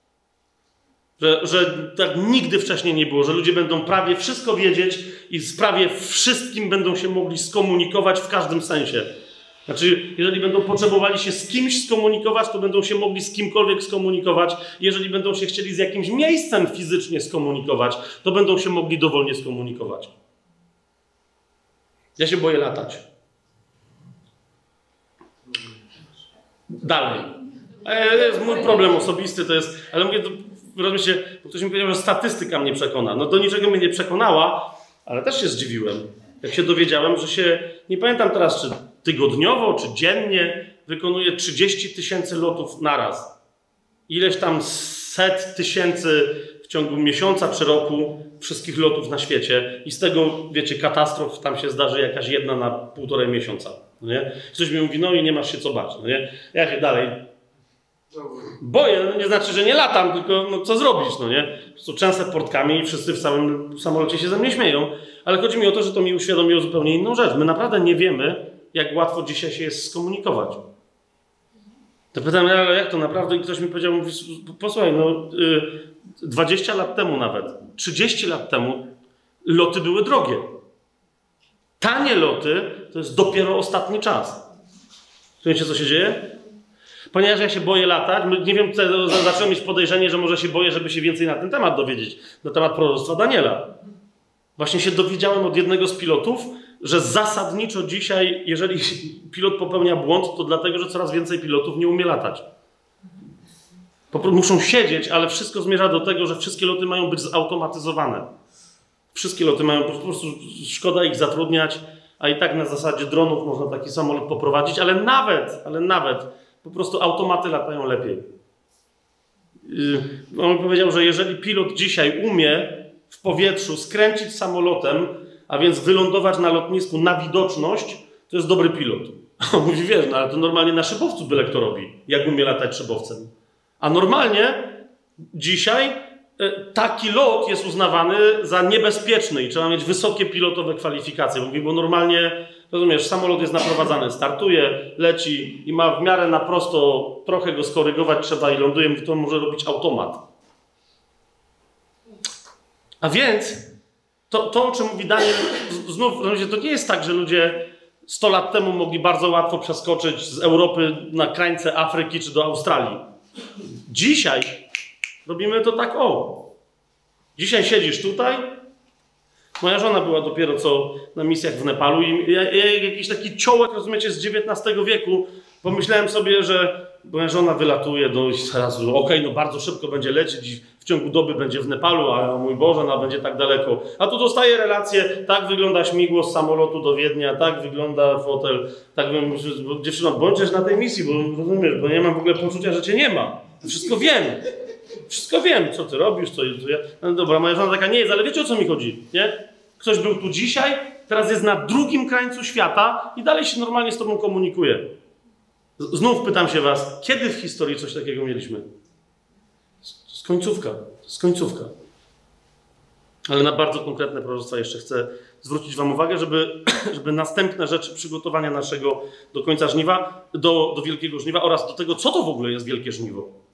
Speaker 1: Że, że tak nigdy wcześniej nie było, że ludzie będą prawie wszystko wiedzieć i z prawie wszystkim będą się mogli skomunikować w każdym sensie. Znaczy, jeżeli będą potrzebowali się z kimś skomunikować, to będą się mogli z kimkolwiek skomunikować. Jeżeli będą się chcieli z jakimś miejscem fizycznie skomunikować, to będą się mogli dowolnie skomunikować. Ja się boję latać. Dalej. To jest mój problem osobisty, to jest, ale mówię, to, rozumiecie, ktoś mi powiedział, że statystyka mnie przekona. No do niczego mnie nie przekonała, ale też się zdziwiłem. Jak się dowiedziałem, że się, nie pamiętam teraz, czy tygodniowo, czy dziennie wykonuje trzydzieści tysięcy lotów naraz. Ileś tam set tysięcy w ciągu miesiąca czy roku wszystkich lotów na świecie i z tego, wiecie, katastrof tam się zdarzy jakaś jedna na półtorej miesiąca. No nie? Ktoś mi mówi, no i nie masz się co bać. No nie? Ja się dalej boję, no nie znaczy, że nie latam, tylko no co zrobić, no nie? Po prostu trzęsę portkami i wszyscy w całym samolocie się ze mnie śmieją, ale chodzi mi o to, że to mi uświadomiło zupełnie inną rzecz. My naprawdę nie wiemy, jak łatwo dzisiaj się jest skomunikować. To pytam, ale jak to naprawdę? I ktoś mi powiedział, mówi, posłuchaj, no dwadzieścia lat temu nawet, trzydzieści lat temu loty były drogie. Tanie loty to jest dopiero ostatni czas. Wiecie, co się dzieje? Ponieważ ja się boję latać, nie wiem, zacząłem mieć podejrzenie, że może się boję, żeby się więcej na ten temat dowiedzieć, na temat proroctwa Daniela. Właśnie się dowiedziałem od jednego z pilotów, że zasadniczo dzisiaj, jeżeli pilot popełnia błąd, to dlatego, że coraz więcej pilotów nie umie latać. Po prostu muszą siedzieć, ale wszystko zmierza do tego, że wszystkie loty mają być zautomatyzowane. Wszystkie loty mają, po prostu szkoda ich zatrudniać, a i tak na zasadzie dronów można taki samolot poprowadzić, ale nawet, ale nawet po prostu automaty latają lepiej. Yy, on powiedział, że jeżeli pilot dzisiaj umie w powietrzu skręcić samolotem, a więc wylądować na lotnisku na widoczność, to jest dobry pilot. On mówi, wiesz, no ale to normalnie na szybowcu byle kto robi, jak umie latać szybowcem. A normalnie dzisiaj taki lot jest uznawany za niebezpieczny i trzeba mieć wysokie pilotowe kwalifikacje. Mówi, bo normalnie, rozumiesz, samolot jest naprowadzany, startuje, leci i ma w miarę na prosto, trochę go skorygować trzeba i ląduje, to może robić automat. A więc to, to o czym mówi Daniel, znów, to nie jest tak, że ludzie sto lat temu mogli bardzo łatwo przeskoczyć z Europy na krańce Afryki czy do Australii. Dzisiaj robimy to tak, o. Dzisiaj siedzisz tutaj. Moja żona była dopiero co na misjach w Nepalu i ja, ja, jakiś taki ciołek, rozumiecie, z dziewiętnastego wieku. Pomyślałem sobie, że moja żona wylatuje do teraz, okej, okay, no bardzo szybko będzie lecieć i w ciągu doby będzie w Nepalu, a mój Boże, ona będzie tak daleko. A tu dostaję relację, tak wygląda śmigło z samolotu do Wiednia, tak wygląda fotel, tak wiem, dziewczyno, bądźesz na tej misji, bo rozumiesz, bo nie mam w ogóle poczucia, że cię nie ma. Wszystko wiem. Wszystko wiem, co ty robisz, co ja... No dobra, moja żona taka nie jest, ale wiecie, o co mi chodzi, nie? Ktoś był tu dzisiaj, teraz jest na drugim krańcu świata i dalej się normalnie z tobą komunikuje. Znów pytam się was, kiedy w historii coś takiego mieliśmy? Z końcówka, z końcówka. Ale na bardzo konkretne proroctwa jeszcze chcę zwrócić wam uwagę, żeby, żeby następne rzeczy przygotowania naszego do końca żniwa, do, do wielkiego żniwa oraz do tego, co to w ogóle jest wielkie żniwo.